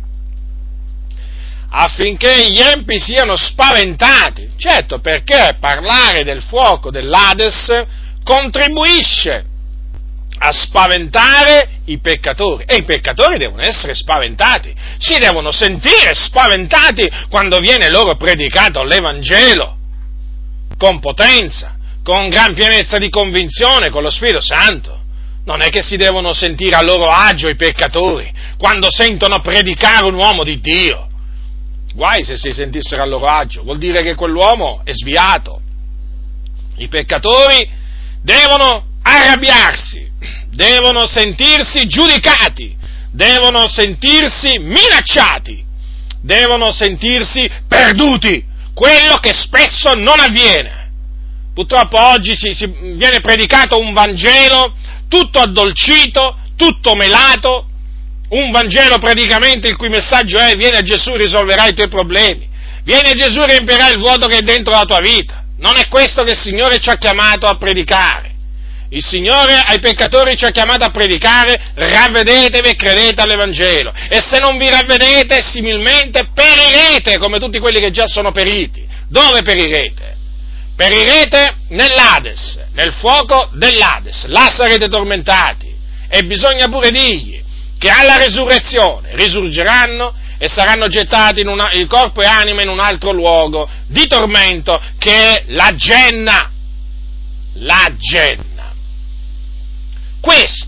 affinché gli empi siano spaventati. Certo, perché parlare del fuoco dell'Ades contribuisce a spaventare i peccatori, e i peccatori devono essere spaventati, si devono sentire spaventati quando viene loro predicato l'Evangelo, con potenza, con gran pienezza di convinzione, con lo Spirito Santo. Non è che si devono sentire a loro agio i peccatori quando sentono predicare un uomo di Dio. Guai se si sentissero a loro agio, vuol dire che quell'uomo è sviato. I peccatori devono arrabbiarsi, devono sentirsi giudicati, devono sentirsi minacciati, devono sentirsi perduti, quello che spesso non avviene. Purtroppo oggi si, si viene predicato un Vangelo tutto addolcito, tutto melato, un Vangelo praticamente il cui messaggio è: vieni a Gesù e risolverà i tuoi problemi, vieni a Gesù e riempirà il vuoto che è dentro la tua vita. Non è questo che il Signore ci ha chiamato a predicare. Il Signore ai peccatori ci ha chiamato a predicare: ravvedetevi e credete all'Evangelo, e se non vi ravvedete similmente perirete come tutti quelli che già sono periti. Dove perirete? Perirete nell'Ades, nel fuoco dell'Ades, là sarete tormentati, e bisogna pure dirgli che alla resurrezione risurgeranno e saranno gettati in una, il corpo e anima in un altro luogo di tormento, che è la Genna, la Genna. Questo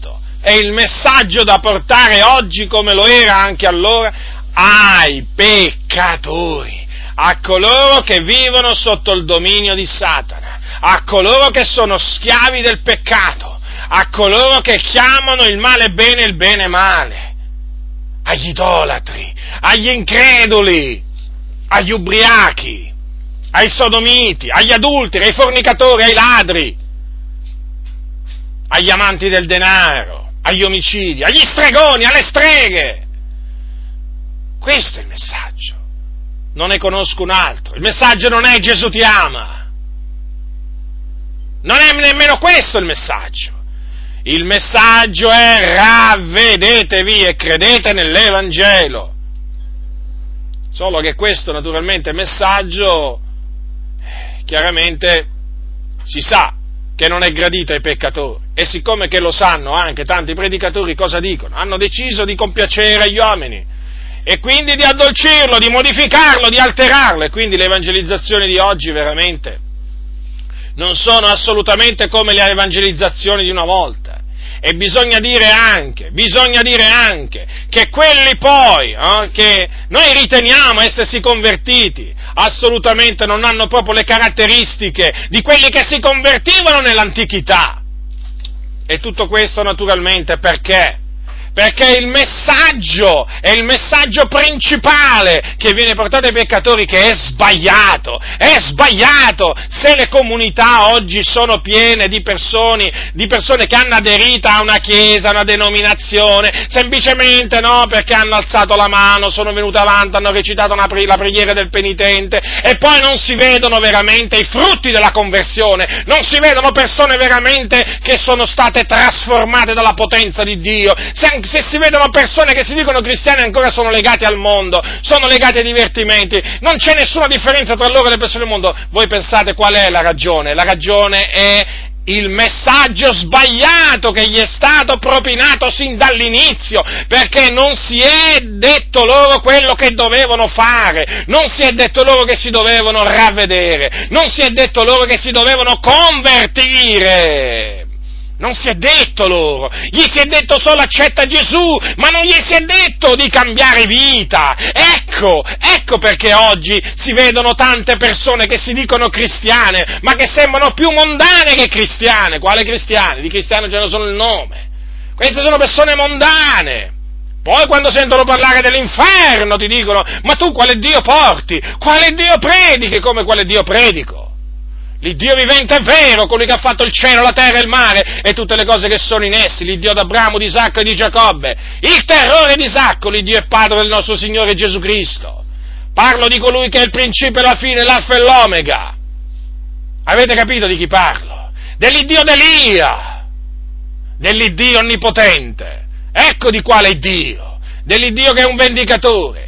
è il messaggio da portare oggi, come lo era anche allora, ai peccatori, a coloro che vivono sotto il dominio di Satana, a coloro che sono schiavi del peccato, a coloro che chiamano il male bene e il bene male, agli idolatri, agli increduli, agli ubriachi, ai sodomiti, agli adulteri, ai fornicatori, ai ladri, agli amanti del denaro, agli omicidi, agli stregoni, alle streghe. Questo è il messaggio. Non ne conosco un altro. Il messaggio non è Gesù ti ama. Non è nemmeno questo il messaggio. Il messaggio è ravvedetevi e credete nell'Evangelo. Solo che questo naturalmente messaggio chiaramente si sa che non è gradito ai peccatori, e siccome che lo sanno anche tanti predicatori, cosa dicono? Hanno deciso di compiacere agli uomini e quindi di addolcirlo, di modificarlo, di alterarlo, e quindi le evangelizzazioni di oggi veramente non sono assolutamente come le evangelizzazioni di una volta. E bisogna dire anche, bisogna dire anche che quelli poi eh, che noi riteniamo essersi convertiti assolutamente non hanno proprio le caratteristiche di quelli che si convertivano nell'antichità. E tutto questo naturalmente perché? Perché il messaggio è il messaggio principale che viene portato ai peccatori, che è sbagliato, è sbagliato. Se le comunità oggi sono piene di persone, di persone che hanno aderito a una chiesa, a una denominazione, semplicemente no, perché hanno alzato la mano, sono venuti avanti, hanno recitato una pre- la preghiera del penitente, e poi non si vedono veramente i frutti della conversione, non si vedono persone veramente che sono state trasformate dalla potenza di Dio. Se Se si vedono persone che si dicono cristiane e ancora sono legati al mondo, sono legati ai divertimenti, non c'è nessuna differenza tra loro e le persone del mondo, voi pensate qual è la ragione? La ragione è il messaggio sbagliato che gli è stato propinato sin dall'inizio, perché non si è detto loro quello che dovevano fare, non si è detto loro che si dovevano ravvedere, non si è detto loro che si dovevano convertire. Non si è detto loro, gli si è detto solo accetta Gesù, ma non gli si è detto di cambiare vita. Ecco, ecco perché oggi si vedono tante persone che si dicono cristiane, ma che sembrano più mondane che cristiane. Quale cristiane? Di cristiano già ne sono il nome. Queste sono persone mondane. Poi quando sentono parlare dell'inferno ti dicono, ma tu quale Dio porti? Quale Dio predichi? Come quale Dio predico? L'Iddio vivente è vero, colui che ha fatto il cielo, la terra e il mare e tutte le cose che sono in essi, l'Iddio d'Abramo, di Isacco e di Giacobbe, il terrore di Isacco, l'Iddio e Padre del nostro Signore Gesù Cristo. Parlo di colui che è il principio e la fine, l'alfa e l'omega. Avete capito di chi parlo? Dell'Iddio d'Elia, dell'Iddio onnipotente. Ecco di quale Dio, dell'Iddio che è un vendicatore.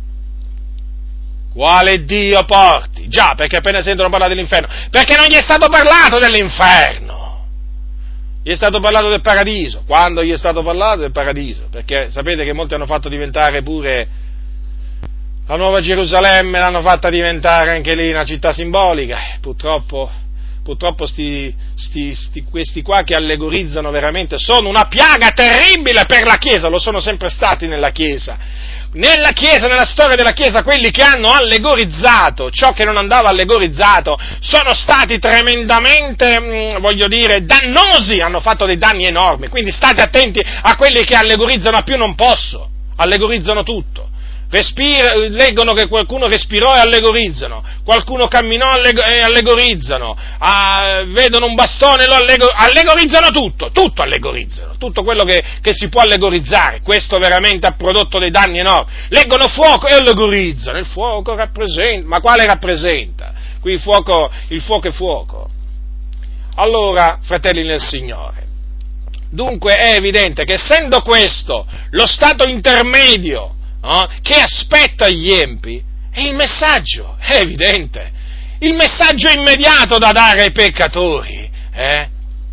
Quale Dio porti? Già, perché appena sentono parlare dell'inferno, perché non gli è stato parlato dell'inferno, gli è stato parlato del paradiso. Quando gli è stato parlato del paradiso? Perché sapete che molti hanno fatto diventare pure la Nuova Gerusalemme, l'hanno fatta diventare anche lì una città simbolica. Purtroppo, purtroppo sti, sti, sti, questi qua che allegorizzano veramente sono una piaga terribile per la Chiesa, lo sono sempre stati nella Chiesa. Nella Chiesa, nella storia della Chiesa, quelli che hanno allegorizzato ciò che non andava allegorizzato sono stati tremendamente, mh, voglio dire, dannosi, hanno fatto dei danni enormi, quindi state attenti a quelli che allegorizzano a più non posso, allegorizzano tutto. Respira, leggono che qualcuno respirò e allegorizzano, qualcuno camminò e allegorizzano, ah, vedono un bastone e lo allegor- allegorizzano tutto, tutto allegorizzano, tutto quello che, che si può allegorizzare. Questo veramente ha prodotto dei danni enormi. Leggono fuoco e allegorizzano, il fuoco rappresenta, ma quale rappresenta? Qui il fuoco, il fuoco è fuoco. Allora, fratelli nel Signore, dunque è evidente che essendo questo lo stato intermedio, Oh, che aspetta gli empi, e il messaggio è evidente, il messaggio immediato da dare ai peccatori, eh?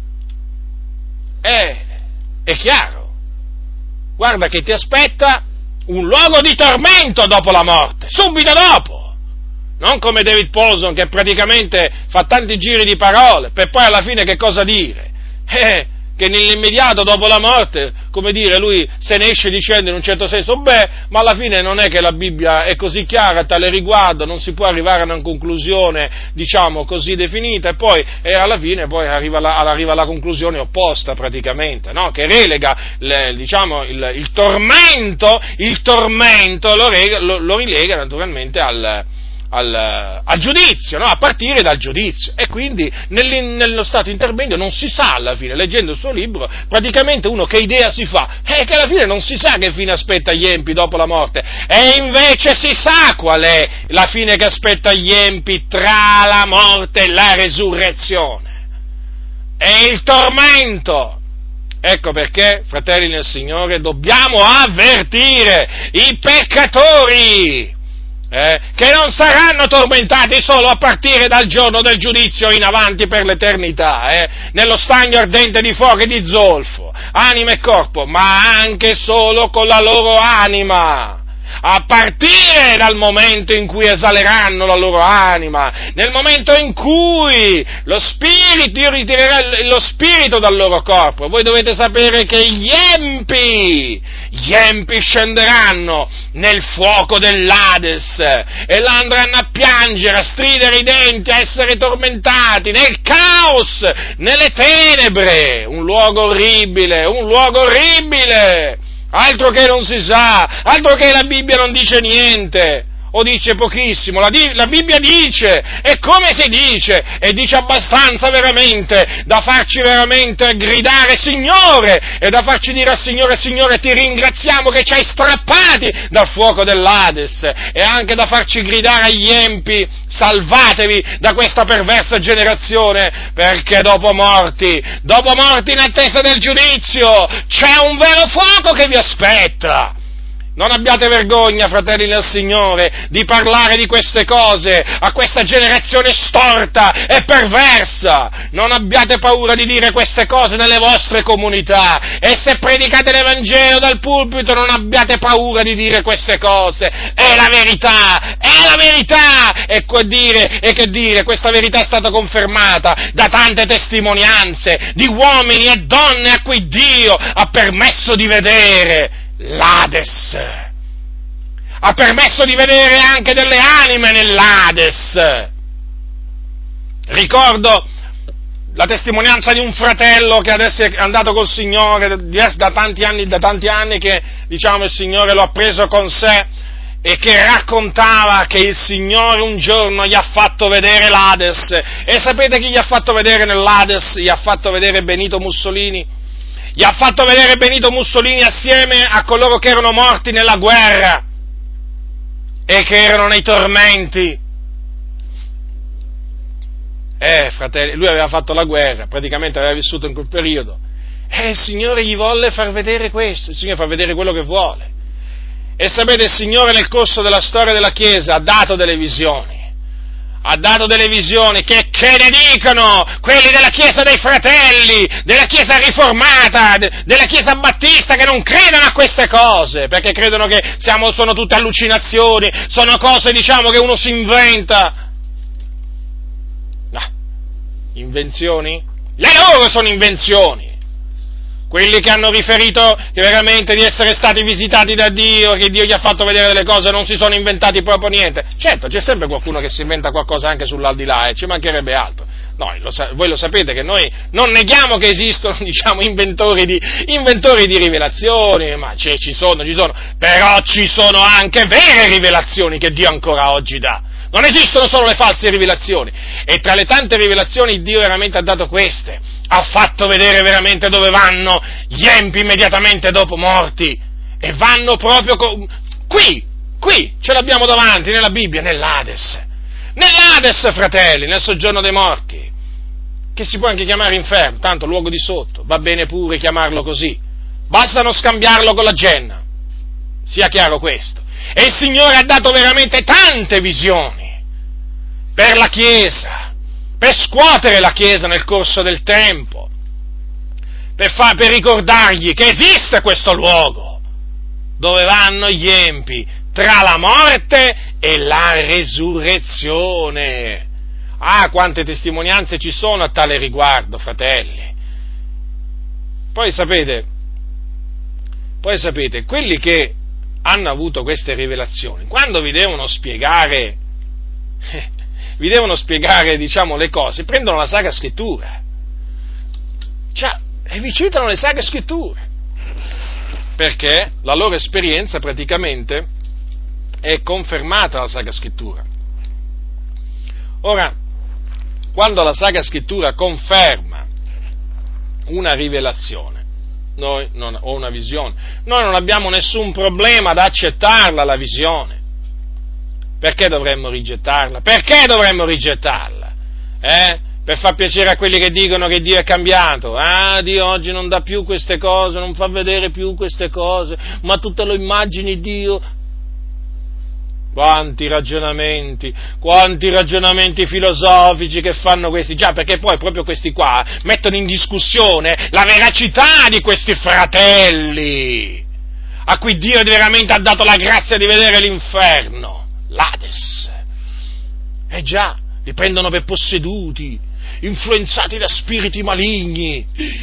è, è chiaro. Guarda che ti aspetta un luogo di tormento dopo la morte, subito dopo, non come David Paulson che praticamente fa tanti giri di parole per poi alla fine che cosa dire? Eh, che nell'immediato dopo la morte, come dire, lui se ne esce dicendo in un certo senso, beh, ma alla fine non è che la Bibbia è così chiara a tale riguardo, non si può arrivare a una conclusione, diciamo, così definita, e poi e alla fine poi arriva la, arriva la conclusione opposta praticamente, no? Che relega, le, diciamo, il, il tormento, il tormento lo, rega, lo, lo rilega naturalmente al Al, al giudizio, no? A partire dal giudizio, e quindi nel, nello stato intermedio non si sa alla fine, leggendo il suo libro, praticamente uno che idea si fa? È che alla fine non si sa che fine aspetta gli empi dopo la morte, e invece si sa qual è la fine che aspetta gli empi tra la morte e la resurrezione, è il tormento. Ecco perché, fratelli nel Signore, dobbiamo avvertire i peccatori, Eh, che non saranno tormentati solo a partire dal giorno del giudizio in avanti per l'eternità, eh, nello stagno ardente di fuoco e di zolfo, anima e corpo, ma anche solo con la loro anima, a partire dal momento in cui esaleranno la loro anima, nel momento in cui lo spirito, Dio ritirerà lo spirito dal loro corpo. Voi dovete sapere che gli empi, gli empi scenderanno nel fuoco dell'Ades e là andranno a piangere, a stridere i denti, a essere tormentati nel caos, nelle tenebre, un luogo orribile, un luogo orribile. Altro che non si sa, altro che la Bibbia non dice niente, o dice pochissimo, la, la Bibbia dice, e come si dice, e dice abbastanza veramente, da farci veramente gridare Signore, e da farci dire al Signore, Signore ti ringraziamo che ci hai strappati dal fuoco dell'Ades, e anche da farci gridare agli empi, salvatevi da questa perversa generazione, perché dopo morti, dopo morti in attesa del giudizio, c'è un vero fuoco che vi aspetta. Non abbiate vergogna, fratelli del Signore, di parlare di queste cose a questa generazione storta e perversa. Non abbiate paura di dire queste cose nelle vostre comunità. E se predicate l'Evangelo dal pulpito, non abbiate paura di dire queste cose. È la verità, è la verità. E che dire, e che dire, questa verità è stata confermata da tante testimonianze di uomini e donne a cui Dio ha permesso di vedere l'Ades, ha permesso di vedere anche delle anime nell'Ades. Ricordo la testimonianza di un fratello che adesso è andato col Signore da tanti anni, da tanti anni che, diciamo, il Signore lo ha preso con sé, e che raccontava che il Signore un giorno gli ha fatto vedere l'Ades. E sapete chi gli ha fatto vedere nell'Ades? Gli ha fatto vedere Benito Mussolini. Gli ha fatto vedere Benito Mussolini assieme a coloro che erano morti nella guerra e che erano nei tormenti. Eh, fratelli, lui aveva fatto la guerra, praticamente aveva vissuto in quel periodo, e il Signore gli volle far vedere questo, il Signore fa vedere quello che vuole. E sapete, il Signore nel corso della storia della Chiesa ha dato delle visioni, ha dato delle visioni che, che ne dicono quelli della Chiesa dei Fratelli, della Chiesa riformata, de, della Chiesa battista, che non credono a queste cose, perché credono che siamo, sono tutte allucinazioni, sono cose, diciamo, che uno si inventa. No, invenzioni? Le loro sono invenzioni. Quelli che hanno riferito che veramente di essere stati visitati da Dio, che Dio gli ha fatto vedere delle cose, non si sono inventati proprio niente. Certo, c'è sempre qualcuno che si inventa qualcosa anche sull'aldilà, e eh, ci mancherebbe altro. Noi, lo sa- voi lo sapete che noi non neghiamo che esistono, diciamo, inventori di, inventori di rivelazioni, ma ci, ci sono, ci sono, però ci sono anche vere rivelazioni che Dio ancora oggi dà. Non esistono solo le false rivelazioni, e tra le tante rivelazioni Dio veramente ha dato queste, ha fatto vedere veramente dove vanno gli empi immediatamente dopo morti, e vanno proprio co- qui, qui, ce l'abbiamo davanti nella Bibbia, nell'Ades, nell'Ades, fratelli, nel soggiorno dei morti, che si può anche chiamare inferno, tanto luogo di sotto, va bene pure chiamarlo così, basta non scambiarlo con la genna, sia chiaro questo. E il Signore ha dato veramente tante visioni per la Chiesa, per scuotere la Chiesa nel corso del tempo, per, far, per ricordargli che esiste questo luogo dove vanno gli empi tra la morte e la resurrezione. Ah, quante testimonianze ci sono a tale riguardo, fratelli. poi sapete, poi sapete, quelli che hanno avuto queste rivelazioni, quando vi devono spiegare, eh, vi devono spiegare, diciamo, le cose, prendono la Sacra Scrittura, cioè, e vi citano le Sacre Scritture, perché la loro esperienza praticamente è confermata dalla Sacra Scrittura. Ora, quando la Sacra Scrittura conferma una rivelazione, noi non, o una visione, noi non abbiamo nessun problema ad accettarla la visione. Perché dovremmo rigettarla? Perché dovremmo rigettarla? Eh? Per far piacere a quelli che dicono che Dio è cambiato. Ah, Dio oggi non dà più queste cose, non fa vedere più queste cose, ma tu te lo immagini Dio? Quanti ragionamenti, quanti ragionamenti filosofici che fanno questi, già, perché poi proprio questi qua mettono in discussione la veracità di questi fratelli, a cui Dio veramente ha dato la grazia di vedere l'inferno, l'Ades. Eh già, li prendono per posseduti, influenzati da spiriti maligni.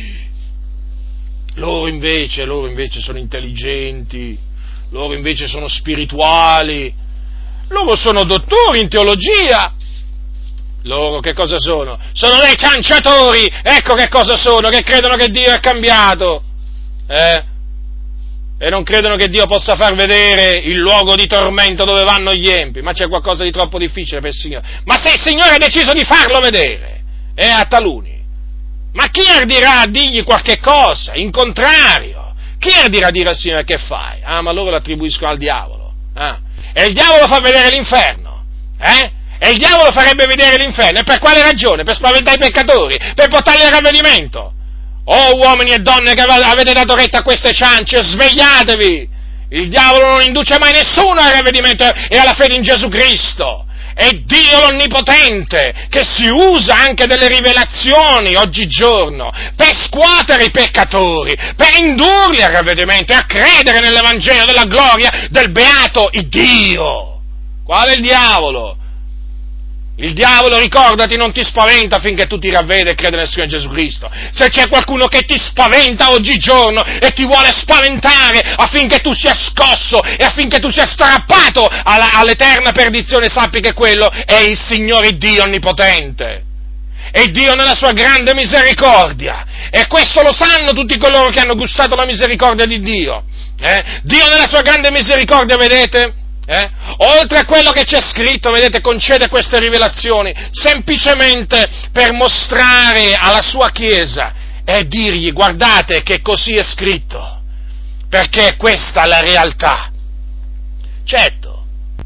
Loro invece, loro invece sono intelligenti, loro invece sono spirituali, loro sono dottori in teologia. Loro che cosa sono? Sono dei cianciatori, ecco che cosa sono, che credono che Dio è cambiato, eh? E non credono che Dio possa far vedere il luogo di tormento dove vanno gli empi, ma c'è qualcosa di troppo difficile per il Signore. Ma se il Signore ha deciso di farlo vedere, eh, a taluni, ma chi ardirà a dirgli qualche cosa, in contrario? Chi ardirà a dire al Signore che fai? Ah, ma loro lo attribuiscono al diavolo, ah. E il diavolo fa vedere l'inferno, eh? E il diavolo farebbe vedere l'inferno, e per quale ragione? Per spaventare i peccatori, per portarli al ravvedimento. Oh uomini e donne che avete dato retta a queste ciance, svegliatevi! Il diavolo non induce mai nessuno al ravvedimento e alla fede in Gesù Cristo. È Dio l'Onnipotente che si usa anche delle rivelazioni oggigiorno per scuotere i peccatori, per indurli al ravvedimento e a credere nell'Evangelo della gloria del beato Dio. Qual è il diavolo? Il diavolo, ricordati, non ti spaventa finché tu ti ravvedi e credi nel Signore Gesù Cristo. Se c'è qualcuno che ti spaventa oggigiorno e ti vuole spaventare affinché tu sia scosso e affinché tu sia strappato alla, all'eterna perdizione, sappi che quello è il Signore Dio Onnipotente. E Dio nella sua grande misericordia, e questo lo sanno tutti coloro che hanno gustato la misericordia di Dio. Eh? Dio nella sua grande misericordia, vedete? Eh? Oltre a quello che c'è scritto, vedete, concede queste rivelazioni semplicemente per mostrare alla sua Chiesa e dirgli: guardate che così è scritto, perché questa è la realtà. Certo,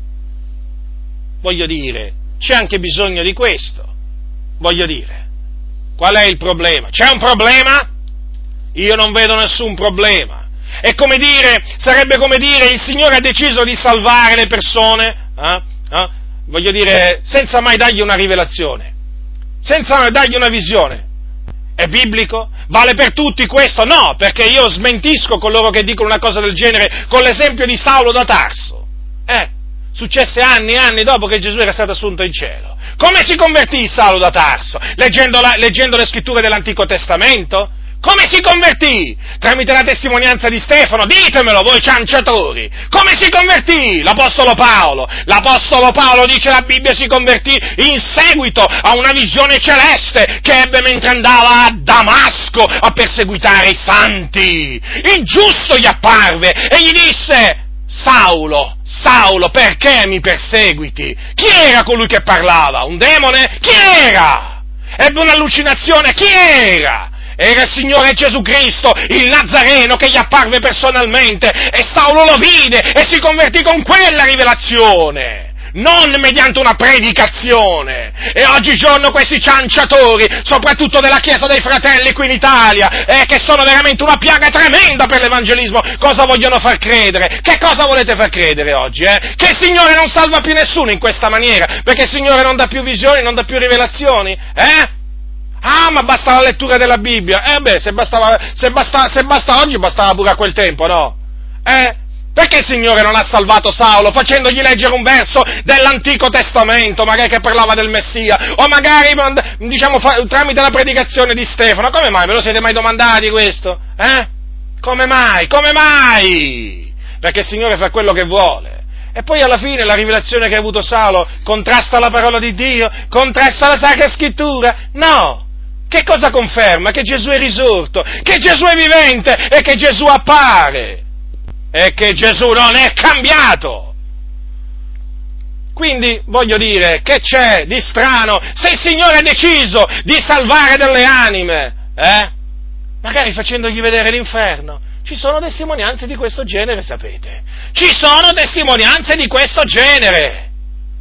voglio dire, c'è anche bisogno di questo, voglio dire, qual è il problema? C'è un problema? Io non vedo nessun problema. È come dire, sarebbe come dire, il Signore ha deciso di salvare le persone, eh? Eh? voglio dire, senza mai dargli una rivelazione, senza mai dargli una visione. È biblico? Vale per tutti questo? No, perché io smentisco coloro che dicono una cosa del genere con l'esempio di Saulo da Tarso. Eh? Successe anni e anni dopo che Gesù era stato assunto in cielo. Come si convertì Saulo da Tarso? Leggendo, la, leggendo le scritture dell'Antico Testamento? Come si convertì? Tramite la testimonianza di Stefano? Ditemelo voi cianciatori! Come si convertì l'Apostolo Paolo? L'Apostolo Paolo, dice la Bibbia, si convertì in seguito a una visione celeste che ebbe mentre andava a Damasco a perseguitare i santi. Il giusto gli apparve e gli disse: Saulo, Saulo, perché mi perseguiti? Chi era colui che parlava? Un demone? Chi era? Ebbe un'allucinazione? Chi era? Era il Signore Gesù Cristo, il Nazareno, che gli apparve personalmente, e Saulo lo vide e si convertì con quella rivelazione, non mediante una predicazione. E oggigiorno questi cianciatori, soprattutto della Chiesa dei Fratelli qui in Italia, eh, che sono veramente una piaga tremenda per l'evangelismo, cosa vogliono far credere? Che cosa volete far credere oggi? Eh? Che il Signore non salva più nessuno in questa maniera, perché il Signore non dà più visioni, non dà più rivelazioni? Eh? Ah, ma basta la lettura della Bibbia? Eh beh, se bastava, se basta, se basta oggi, bastava pure a quel tempo, no? Eh? Perché il Signore non ha salvato Saulo facendogli leggere un verso dell'Antico Testamento, magari che parlava del Messia, o magari, diciamo, tramite la predicazione di Stefano? Come mai? Ve lo siete mai domandati questo? Eh? Come mai? Come mai? Perché il Signore fa quello che vuole. E poi alla fine la rivelazione che ha avuto Saulo contrasta la parola di Dio? Contrasta la Sacra Scrittura? No! Che cosa conferma? Che Gesù è risorto, che Gesù è vivente e che Gesù appare e che Gesù non è cambiato. Quindi voglio dire, che c'è di strano se il Signore ha deciso di salvare delle anime, eh? Magari facendogli vedere l'inferno. Ci sono testimonianze di questo genere, sapete? Ci sono testimonianze di questo genere.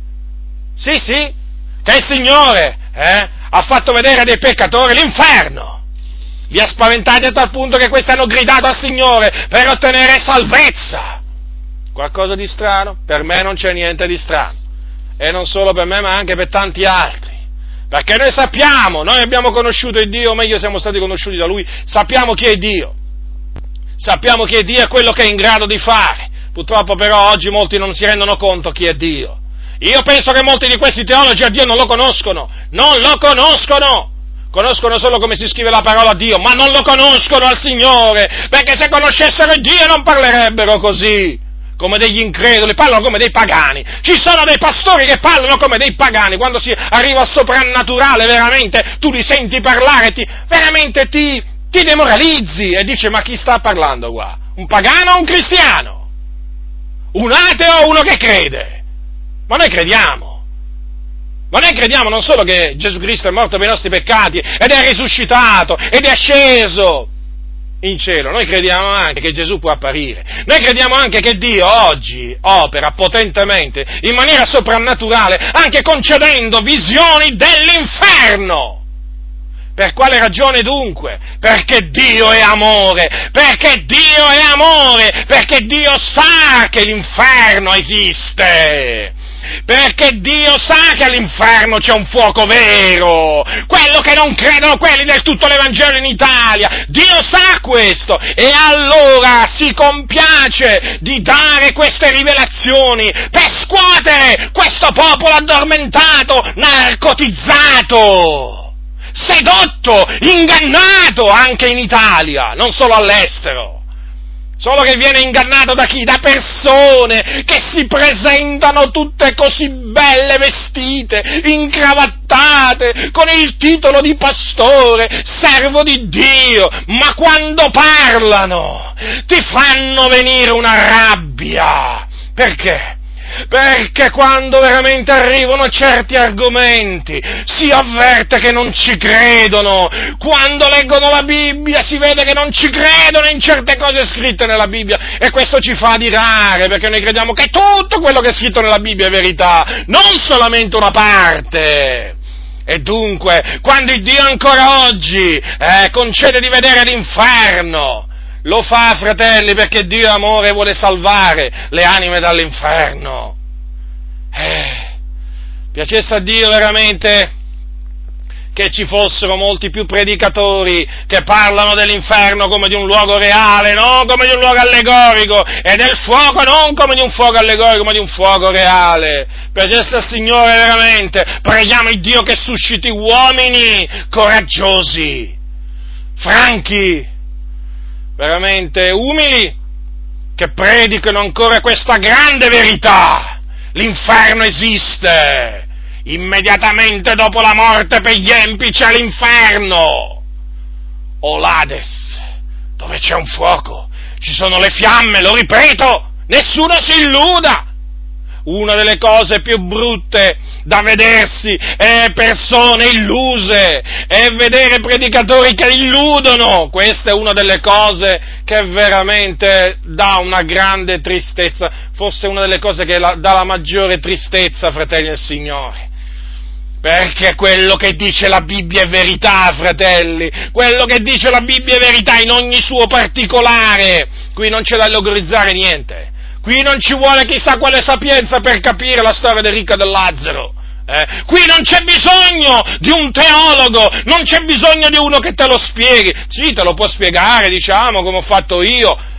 Sì, sì, che il Signore, eh, ha fatto vedere dei peccatori l'inferno. Li ha spaventati a tal punto che questi hanno gridato al Signore per ottenere salvezza. Qualcosa di strano? Per me non c'è niente di strano. E non solo per me, ma anche per tanti altri. Perché noi sappiamo, noi abbiamo conosciuto il Dio, o meglio siamo stati conosciuti da Lui, sappiamo chi è Dio. Sappiamo che Dio è quello che è in grado di fare. Purtroppo però oggi molti non si rendono conto chi è Dio. Io penso che molti di questi teologi a Dio non lo conoscono, non lo conoscono, conoscono solo come si scrive la parola Dio, ma non lo conoscono al Signore, perché se conoscessero Dio non parlerebbero così, come degli increduli, parlano come dei pagani. Ci sono dei pastori che parlano come dei pagani, quando si arriva al soprannaturale veramente, tu li senti parlare, ti, veramente ti, ti demoralizzi e dici: ma chi sta parlando qua? Un pagano o un cristiano? Un ateo o uno che crede? Ma noi crediamo, ma noi crediamo non solo che Gesù Cristo è morto per i nostri peccati ed è risuscitato ed è asceso in cielo, noi crediamo anche che Gesù può apparire, noi crediamo anche che Dio oggi opera potentemente, in maniera soprannaturale, anche concedendo visioni dell'inferno. Per quale ragione dunque? Perché Dio è amore, perché Dio è amore, perché Dio sa che l'inferno esiste. Perché Dio sa che all'inferno c'è un fuoco vero, quello che non credono quelli del tutto l'Evangelo in Italia, Dio sa questo, e allora si compiace di dare queste rivelazioni per scuotere questo popolo addormentato, narcotizzato, sedotto, ingannato anche in Italia, non solo all'estero. Solo che viene ingannato da chi? Da persone che si presentano tutte così belle vestite, incravattate, con il titolo di pastore, servo di Dio, ma quando parlano ti fanno venire una rabbia. Perché? Perché quando veramente arrivano certi argomenti si avverte che non ci credono, quando leggono la Bibbia si vede che non ci credono in certe cose scritte nella Bibbia, e questo ci fa adirare, perché noi crediamo che tutto quello che è scritto nella Bibbia è verità, non solamente una parte. E dunque, quando il Dio ancora oggi eh, concede di vedere l'inferno, lo fa, fratelli, perché Dio è amore e vuole salvare le anime dall'inferno. Eh, piacesse a Dio veramente che ci fossero molti più predicatori che parlano dell'inferno come di un luogo reale, non come di un luogo allegorico, e del fuoco non come di un fuoco allegorico, ma di un fuoco reale. Piacesse al Signore veramente, preghiamo il Dio che susciti uomini coraggiosi, franchi, veramente umili, che predicano ancora questa grande verità: l'inferno esiste, immediatamente dopo la morte per gli empi c'è l'inferno, o l'Ades, dove c'è un fuoco, ci sono le fiamme, lo ripeto, nessuno si illuda. Una delle cose più brutte da vedersi è persone illuse, è vedere predicatori che illudono. Questa è una delle cose che veramente dà una grande tristezza, forse una delle cose che la, dà la maggiore tristezza, fratelli del Signore. Perché quello che dice la Bibbia è verità, fratelli, quello che dice la Bibbia è verità in ogni suo particolare, qui non c'è da allegorizzare niente. Qui non ci vuole chissà quale sapienza per capire la storia del ricco e del Lazzaro. Eh? Qui non c'è bisogno di un teologo, non c'è bisogno di uno che te lo spieghi. Sì, te lo può spiegare, diciamo, come ho fatto io,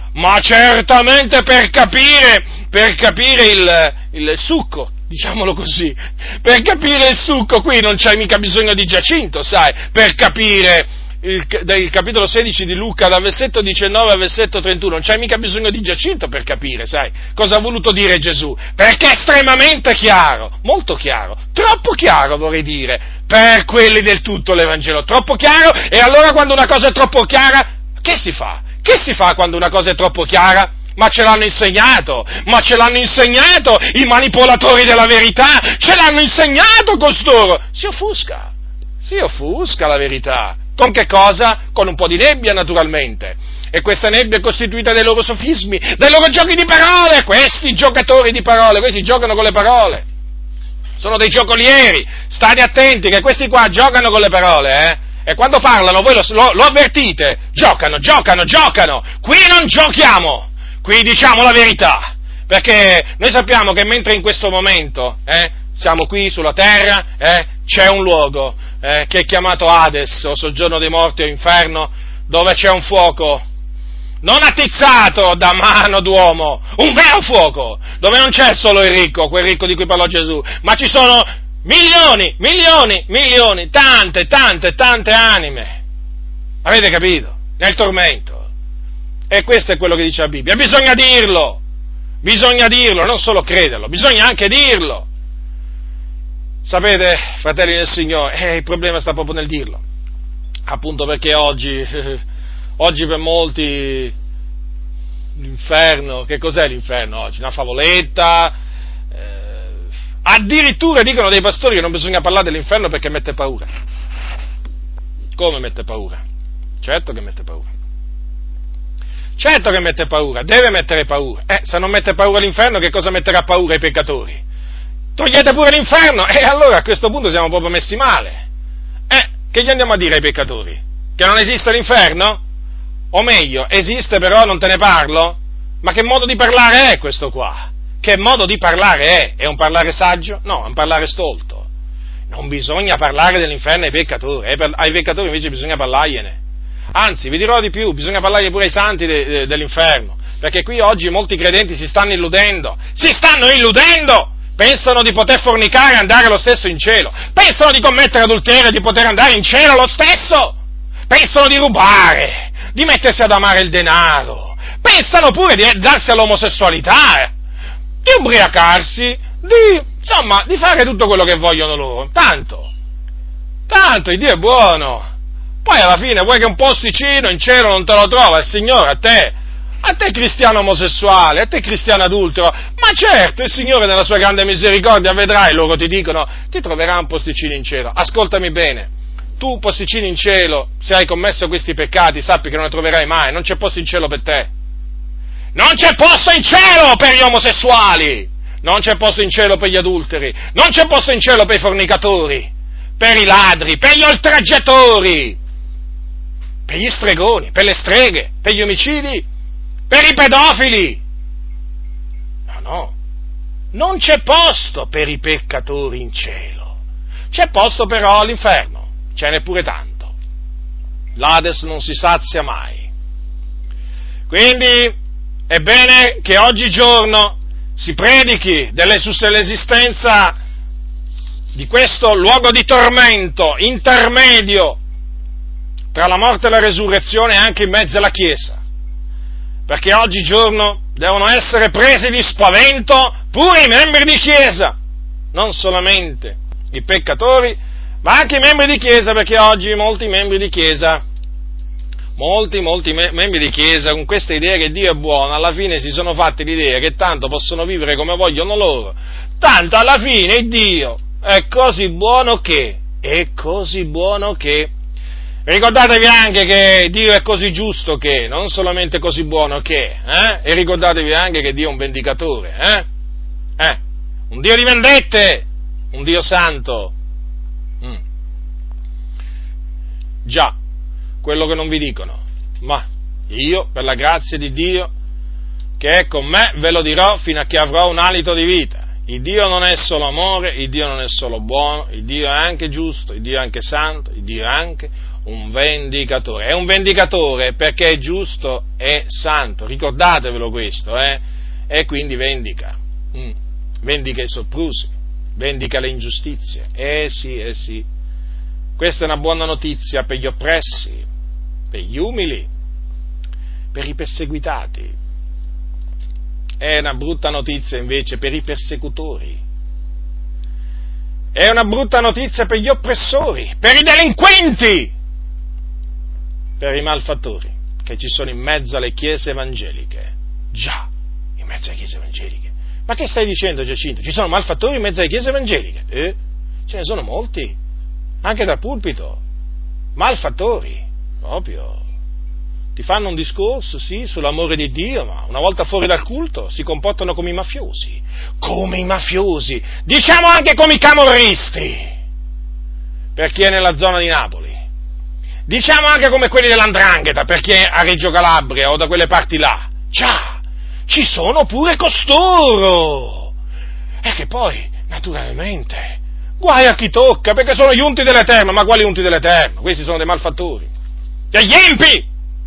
ma certamente per capire, per capire il, il succo, diciamolo così, per capire il succo qui non c'è mica bisogno di Giacinto, sai, per capire il, del capitolo sedici di Luca, dal versetto diciannove al versetto trentuno, non c'è mica bisogno di Giacinto per capire, sai, cosa ha voluto dire Gesù, perché è estremamente chiaro, molto chiaro, troppo chiaro vorrei dire, per quelli del tutto l'Evangelo, troppo chiaro, e allora quando una cosa è troppo chiara, che si fa? Che si fa quando una cosa è troppo chiara? Ma ce l'hanno insegnato, ma ce l'hanno insegnato i manipolatori della verità, ce l'hanno insegnato costoro, si offusca, si offusca la verità. Con che cosa? Con un po' di nebbia, naturalmente. E questa nebbia è costituita dai loro sofismi, dai loro giochi di parole. Questi giocatori di parole, questi giocano con le parole. Sono dei giocolieri. State attenti che questi qua giocano con le parole, eh? E quando parlano, voi lo, lo, lo avvertite? Giocano, giocano, giocano. Qui non giochiamo. Qui diciamo la verità. Perché noi sappiamo che mentre in questo momento, eh, siamo qui sulla terra, eh, c'è un luogo, Eh, che è chiamato Hades, o soggiorno dei morti o inferno, dove c'è un fuoco, non attizzato da mano d'uomo, un vero fuoco, dove non c'è solo il ricco, quel ricco di cui parlò Gesù, ma ci sono milioni, milioni, milioni, tante, tante, tante anime, avete capito? Nel tormento. E questo è quello che dice la Bibbia, bisogna dirlo, bisogna dirlo, non solo crederlo, bisogna anche dirlo. Sapete, fratelli del Signore, eh, il problema sta proprio nel dirlo, appunto perché oggi, eh, oggi per molti l'inferno, che cos'è l'inferno oggi? Una favoletta, eh, addirittura dicono dei pastori che non bisogna parlare dell'inferno perché mette paura. Come mette paura? Certo che mette paura. Certo che mette paura, deve mettere paura. Eh, se non mette paura l'inferno, che cosa metterà paura ai peccatori? Togliete pure l'inferno, e allora a questo punto siamo proprio messi male. Eh, che gli andiamo a dire ai peccatori? Che non esiste l'inferno? O meglio, esiste però non te ne parlo? Ma che modo di parlare è questo qua? Che modo di parlare è? È un parlare saggio? No, è un parlare stolto. Non bisogna parlare dell'inferno ai peccatori, ai peccatori invece bisogna parlargliene. Anzi, vi dirò di più, bisogna parlargli pure ai santi de, de, dell'inferno, perché qui oggi molti credenti si stanno illudendo, si stanno illudendo! Pensano di poter fornicare e andare lo stesso in cielo. Pensano di commettere adulterio e di poter andare in cielo lo stesso. Pensano di rubare, di mettersi ad amare il denaro. Pensano pure di darsi all'omosessualità, di ubriacarsi, di, insomma, di fare tutto quello che vogliono loro. Tanto, tanto, il Dio è buono. Poi alla fine vuoi che un posticino in cielo non te lo trova il Signore a te? A te cristiano omosessuale, a te cristiano adultero, ma certo il Signore nella sua grande misericordia vedrai, loro ti dicono, ti troverà un posticino in cielo. Ascoltami bene, tu posticino in cielo, se hai commesso questi peccati, sappi che non ne troverai mai, non c'è posto in cielo per te. Non c'è posto in cielo per gli omosessuali, non c'è posto in cielo per gli adulteri, non c'è posto in cielo per i fornicatori, per i ladri, per gli oltraggiatori, per gli stregoni, per le streghe, per gli omicidi, per i pedofili. No, no, non c'è posto per i peccatori in cielo, c'è posto però all'inferno, ce n'è pure tanto. L'Hades non si sazia mai. Quindi è bene che oggigiorno si predichi dell'esistenza di questo luogo di tormento intermedio tra la morte e la resurrezione anche in mezzo alla Chiesa. Perché oggigiorno devono essere presi di spavento pure i membri di Chiesa, non solamente i peccatori, ma anche i membri di Chiesa, perché oggi molti membri di Chiesa, molti, molti me- membri di Chiesa, con questa idea che Dio è buono, alla fine si sono fatti l'idea che tanto possono vivere come vogliono loro, tanto alla fine Dio è così buono che, è così buono che, ricordatevi anche che Dio è così giusto che, non solamente così buono che, eh? E ricordatevi anche che Dio è un vendicatore, eh? Eh? Un Dio di vendette, un Dio santo. Mm. Già, quello che non vi dicono, ma io, per la grazia di Dio che è con me, ve lo dirò fino a che avrò un alito di vita. Il Dio non è solo amore, il Dio non è solo buono, il Dio è anche giusto, il Dio è anche santo, il Dio è anche un vendicatore. È un vendicatore perché è giusto e santo, ricordatevelo questo, eh? E quindi vendica, mm. vendica i soprusi, vendica le ingiustizie, eh sì, eh sì. Questa è una buona notizia per gli oppressi, per gli umili, per i perseguitati. È una brutta notizia invece per i persecutori. È una brutta notizia per gli oppressori, per i delinquenti, per i malfattori che ci sono in mezzo alle chiese evangeliche. Già, in mezzo alle chiese evangeliche. Ma che stai dicendo, Giacinto? Ci sono malfattori in mezzo alle chiese evangeliche? Eh? Ce ne sono molti, anche dal pulpito. Malfattori, proprio. Ti fanno un discorso, sì, sull'amore di Dio, ma una volta fuori dal culto si comportano come i mafiosi. Come i mafiosi! Diciamo anche come i camorristi, per chi è nella zona di Napoli. Diciamo anche come quelli dell'Andrangheta, per chi è a Reggio Calabria o da quelle parti là. Già, ci sono pure costoro! E che poi, naturalmente, guai a chi tocca, perché sono gli unti dell'Eterno. Ma quali unti dell'Eterno? Questi sono dei malfattori, degli empi!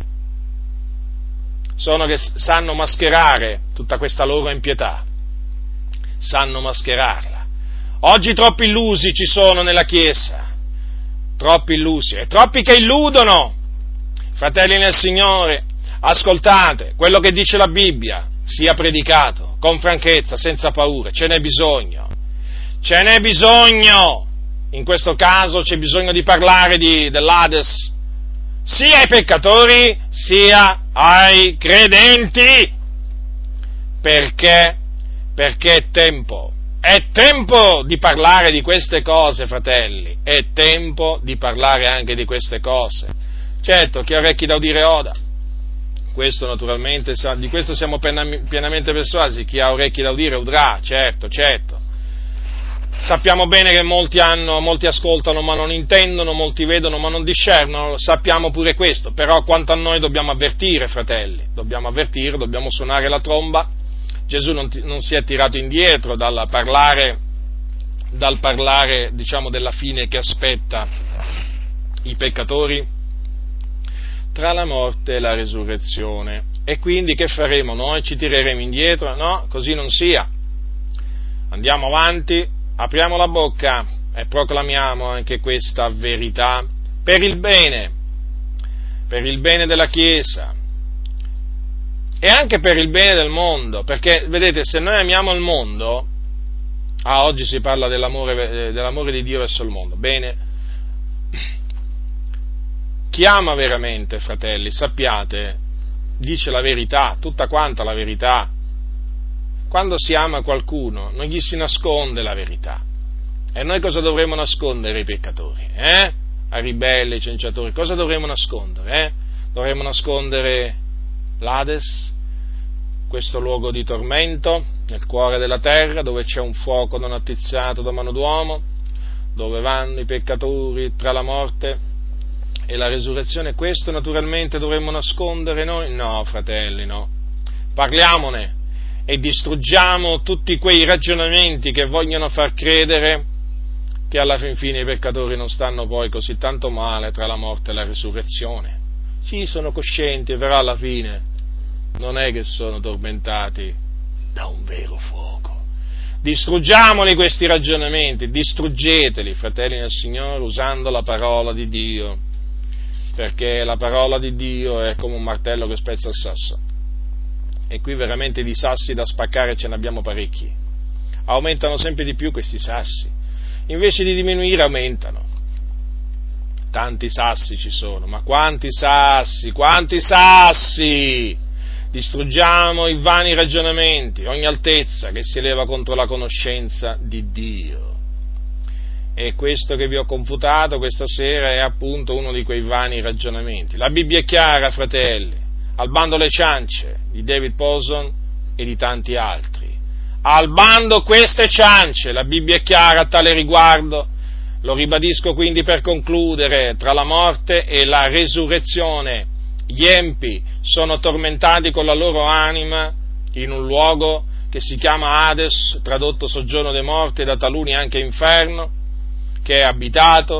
Sono che sanno mascherare tutta questa loro impietà, sanno mascherarla. Oggi troppi illusi ci sono nella Chiesa, troppi illusi, e troppi che illudono. Fratelli nel Signore, ascoltate, quello che dice la Bibbia sia predicato con franchezza, senza paura, ce n'è bisogno, ce n'è bisogno. In questo caso c'è bisogno di parlare di, dell'Ades, sia ai peccatori, sia ai credenti. Perché? Perché è tempo, è tempo di parlare di queste cose, fratelli, è tempo di parlare anche di queste cose. Certo, chi ha orecchi da udire oda, questo naturalmente, di questo siamo pienamente persuasi, chi ha orecchi da udire udrà, certo, certo. Sappiamo bene che molti hanno, molti ascoltano ma non intendono, molti vedono ma non discernono, sappiamo pure questo, però quanto a noi dobbiamo avvertire, fratelli, dobbiamo avvertire, dobbiamo suonare la tromba. Gesù non, non si è tirato indietro dal parlare, dal parlare, diciamo, della fine che aspetta i peccatori tra la morte e la resurrezione. E quindi che faremo? Noi ci tireremo indietro? No, così non sia. Andiamo avanti. Apriamo la bocca e proclamiamo anche questa verità per il bene, per il bene della Chiesa e anche per il bene del mondo, perché vedete, se noi amiamo il mondo, ah, oggi si parla dell'amore, dell'amore di Dio verso il mondo, bene, chi ama veramente, fratelli, sappiate, dice la verità, tutta quanta la verità. Quando si ama qualcuno non gli si nasconde la verità. E noi cosa dovremmo nascondere ai peccatori? Eh? Ai ribelli, ai cianciatori, cosa dovremmo nascondere? Eh? Dovremmo nascondere l'Ades, questo luogo di tormento nel cuore della terra, dove c'è un fuoco non attizzato da mano d'uomo, dove vanno i peccatori tra la morte e la resurrezione. Questo naturalmente dovremmo nascondere noi? No, fratelli, no. Parliamone e distruggiamo tutti quei ragionamenti che vogliono far credere che alla fin fine i peccatori non stanno poi così tanto male tra la morte e la resurrezione. Sì, sono coscienti, però alla fine non è che sono tormentati da un vero fuoco. Distruggiamoli questi ragionamenti, distruggeteli, fratelli nel Signore, usando la parola di Dio, perché la parola di Dio è come un martello che spezza il sasso. E qui veramente di sassi da spaccare ce ne abbiamo parecchi. Aumentano sempre di più questi sassi, invece di diminuire aumentano. Tanti sassi ci sono, ma quanti sassi, quanti sassi! Distruggiamo i vani ragionamenti, ogni altezza che si eleva contro la conoscenza di Dio. E questo che vi ho confutato questa sera è appunto uno di quei vani ragionamenti. La Bibbia è chiara, fratelli. Al bando le ciance di David Powson e di tanti altri. Al bando queste ciance, la Bibbia è chiara a tale riguardo. Lo ribadisco quindi per concludere, tra la morte e la resurrezione gli empi sono tormentati con la loro anima in un luogo che si chiama Hades, tradotto soggiorno dei morti, e da taluni anche inferno, che è abitato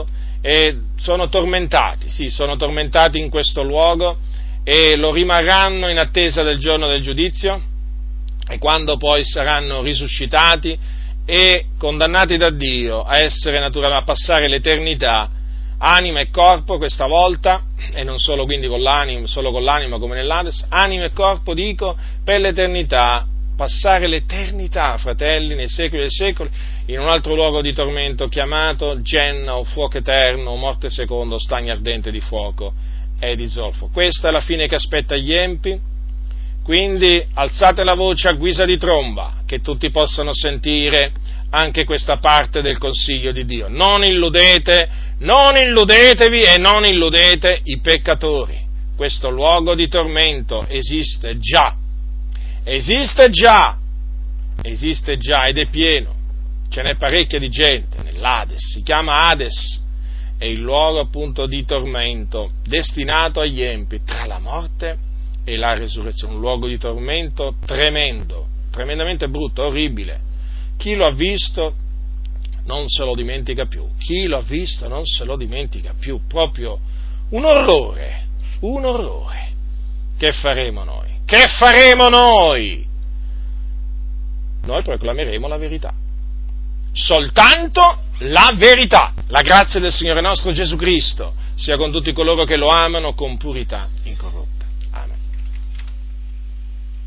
e sono tormentati, sì, sono tormentati in questo luogo e lo rimarranno in attesa del giorno del giudizio, e quando poi saranno risuscitati e condannati da Dio a essere naturalmente, a passare l'eternità, anima e corpo questa volta, e non solo quindi con l'anima, solo con l'anima come nell'Ades, anima e corpo, dico, per l'eternità, passare l'eternità, fratelli, nei secoli dei secoli, in un altro luogo di tormento chiamato Genna, o fuoco eterno, o morte seconda, o stagno ardente di fuoco e di zolfo. Questa è la fine che aspetta gli empi. Quindi alzate la voce a guisa di tromba, che tutti possano sentire anche questa parte del consiglio di Dio. Non illudete, non illudetevi e non illudete i peccatori. Questo luogo di tormento esiste già, esiste già, esiste già ed è pieno. Ce n'è parecchia di gente nell'Ades, si chiama Hades, è il luogo appunto di tormento destinato agli empi tra la morte e la resurrezione, un luogo di tormento tremendo, tremendamente brutto, orribile. Chi lo ha visto non se lo dimentica più, chi lo ha visto non se lo dimentica più, proprio un orrore, un orrore. Che faremo noi? Che faremo noi? Noi proclameremo la verità, soltanto la verità. La grazia del Signore nostro Gesù Cristo sia con tutti coloro che lo amano con purità incorrotta.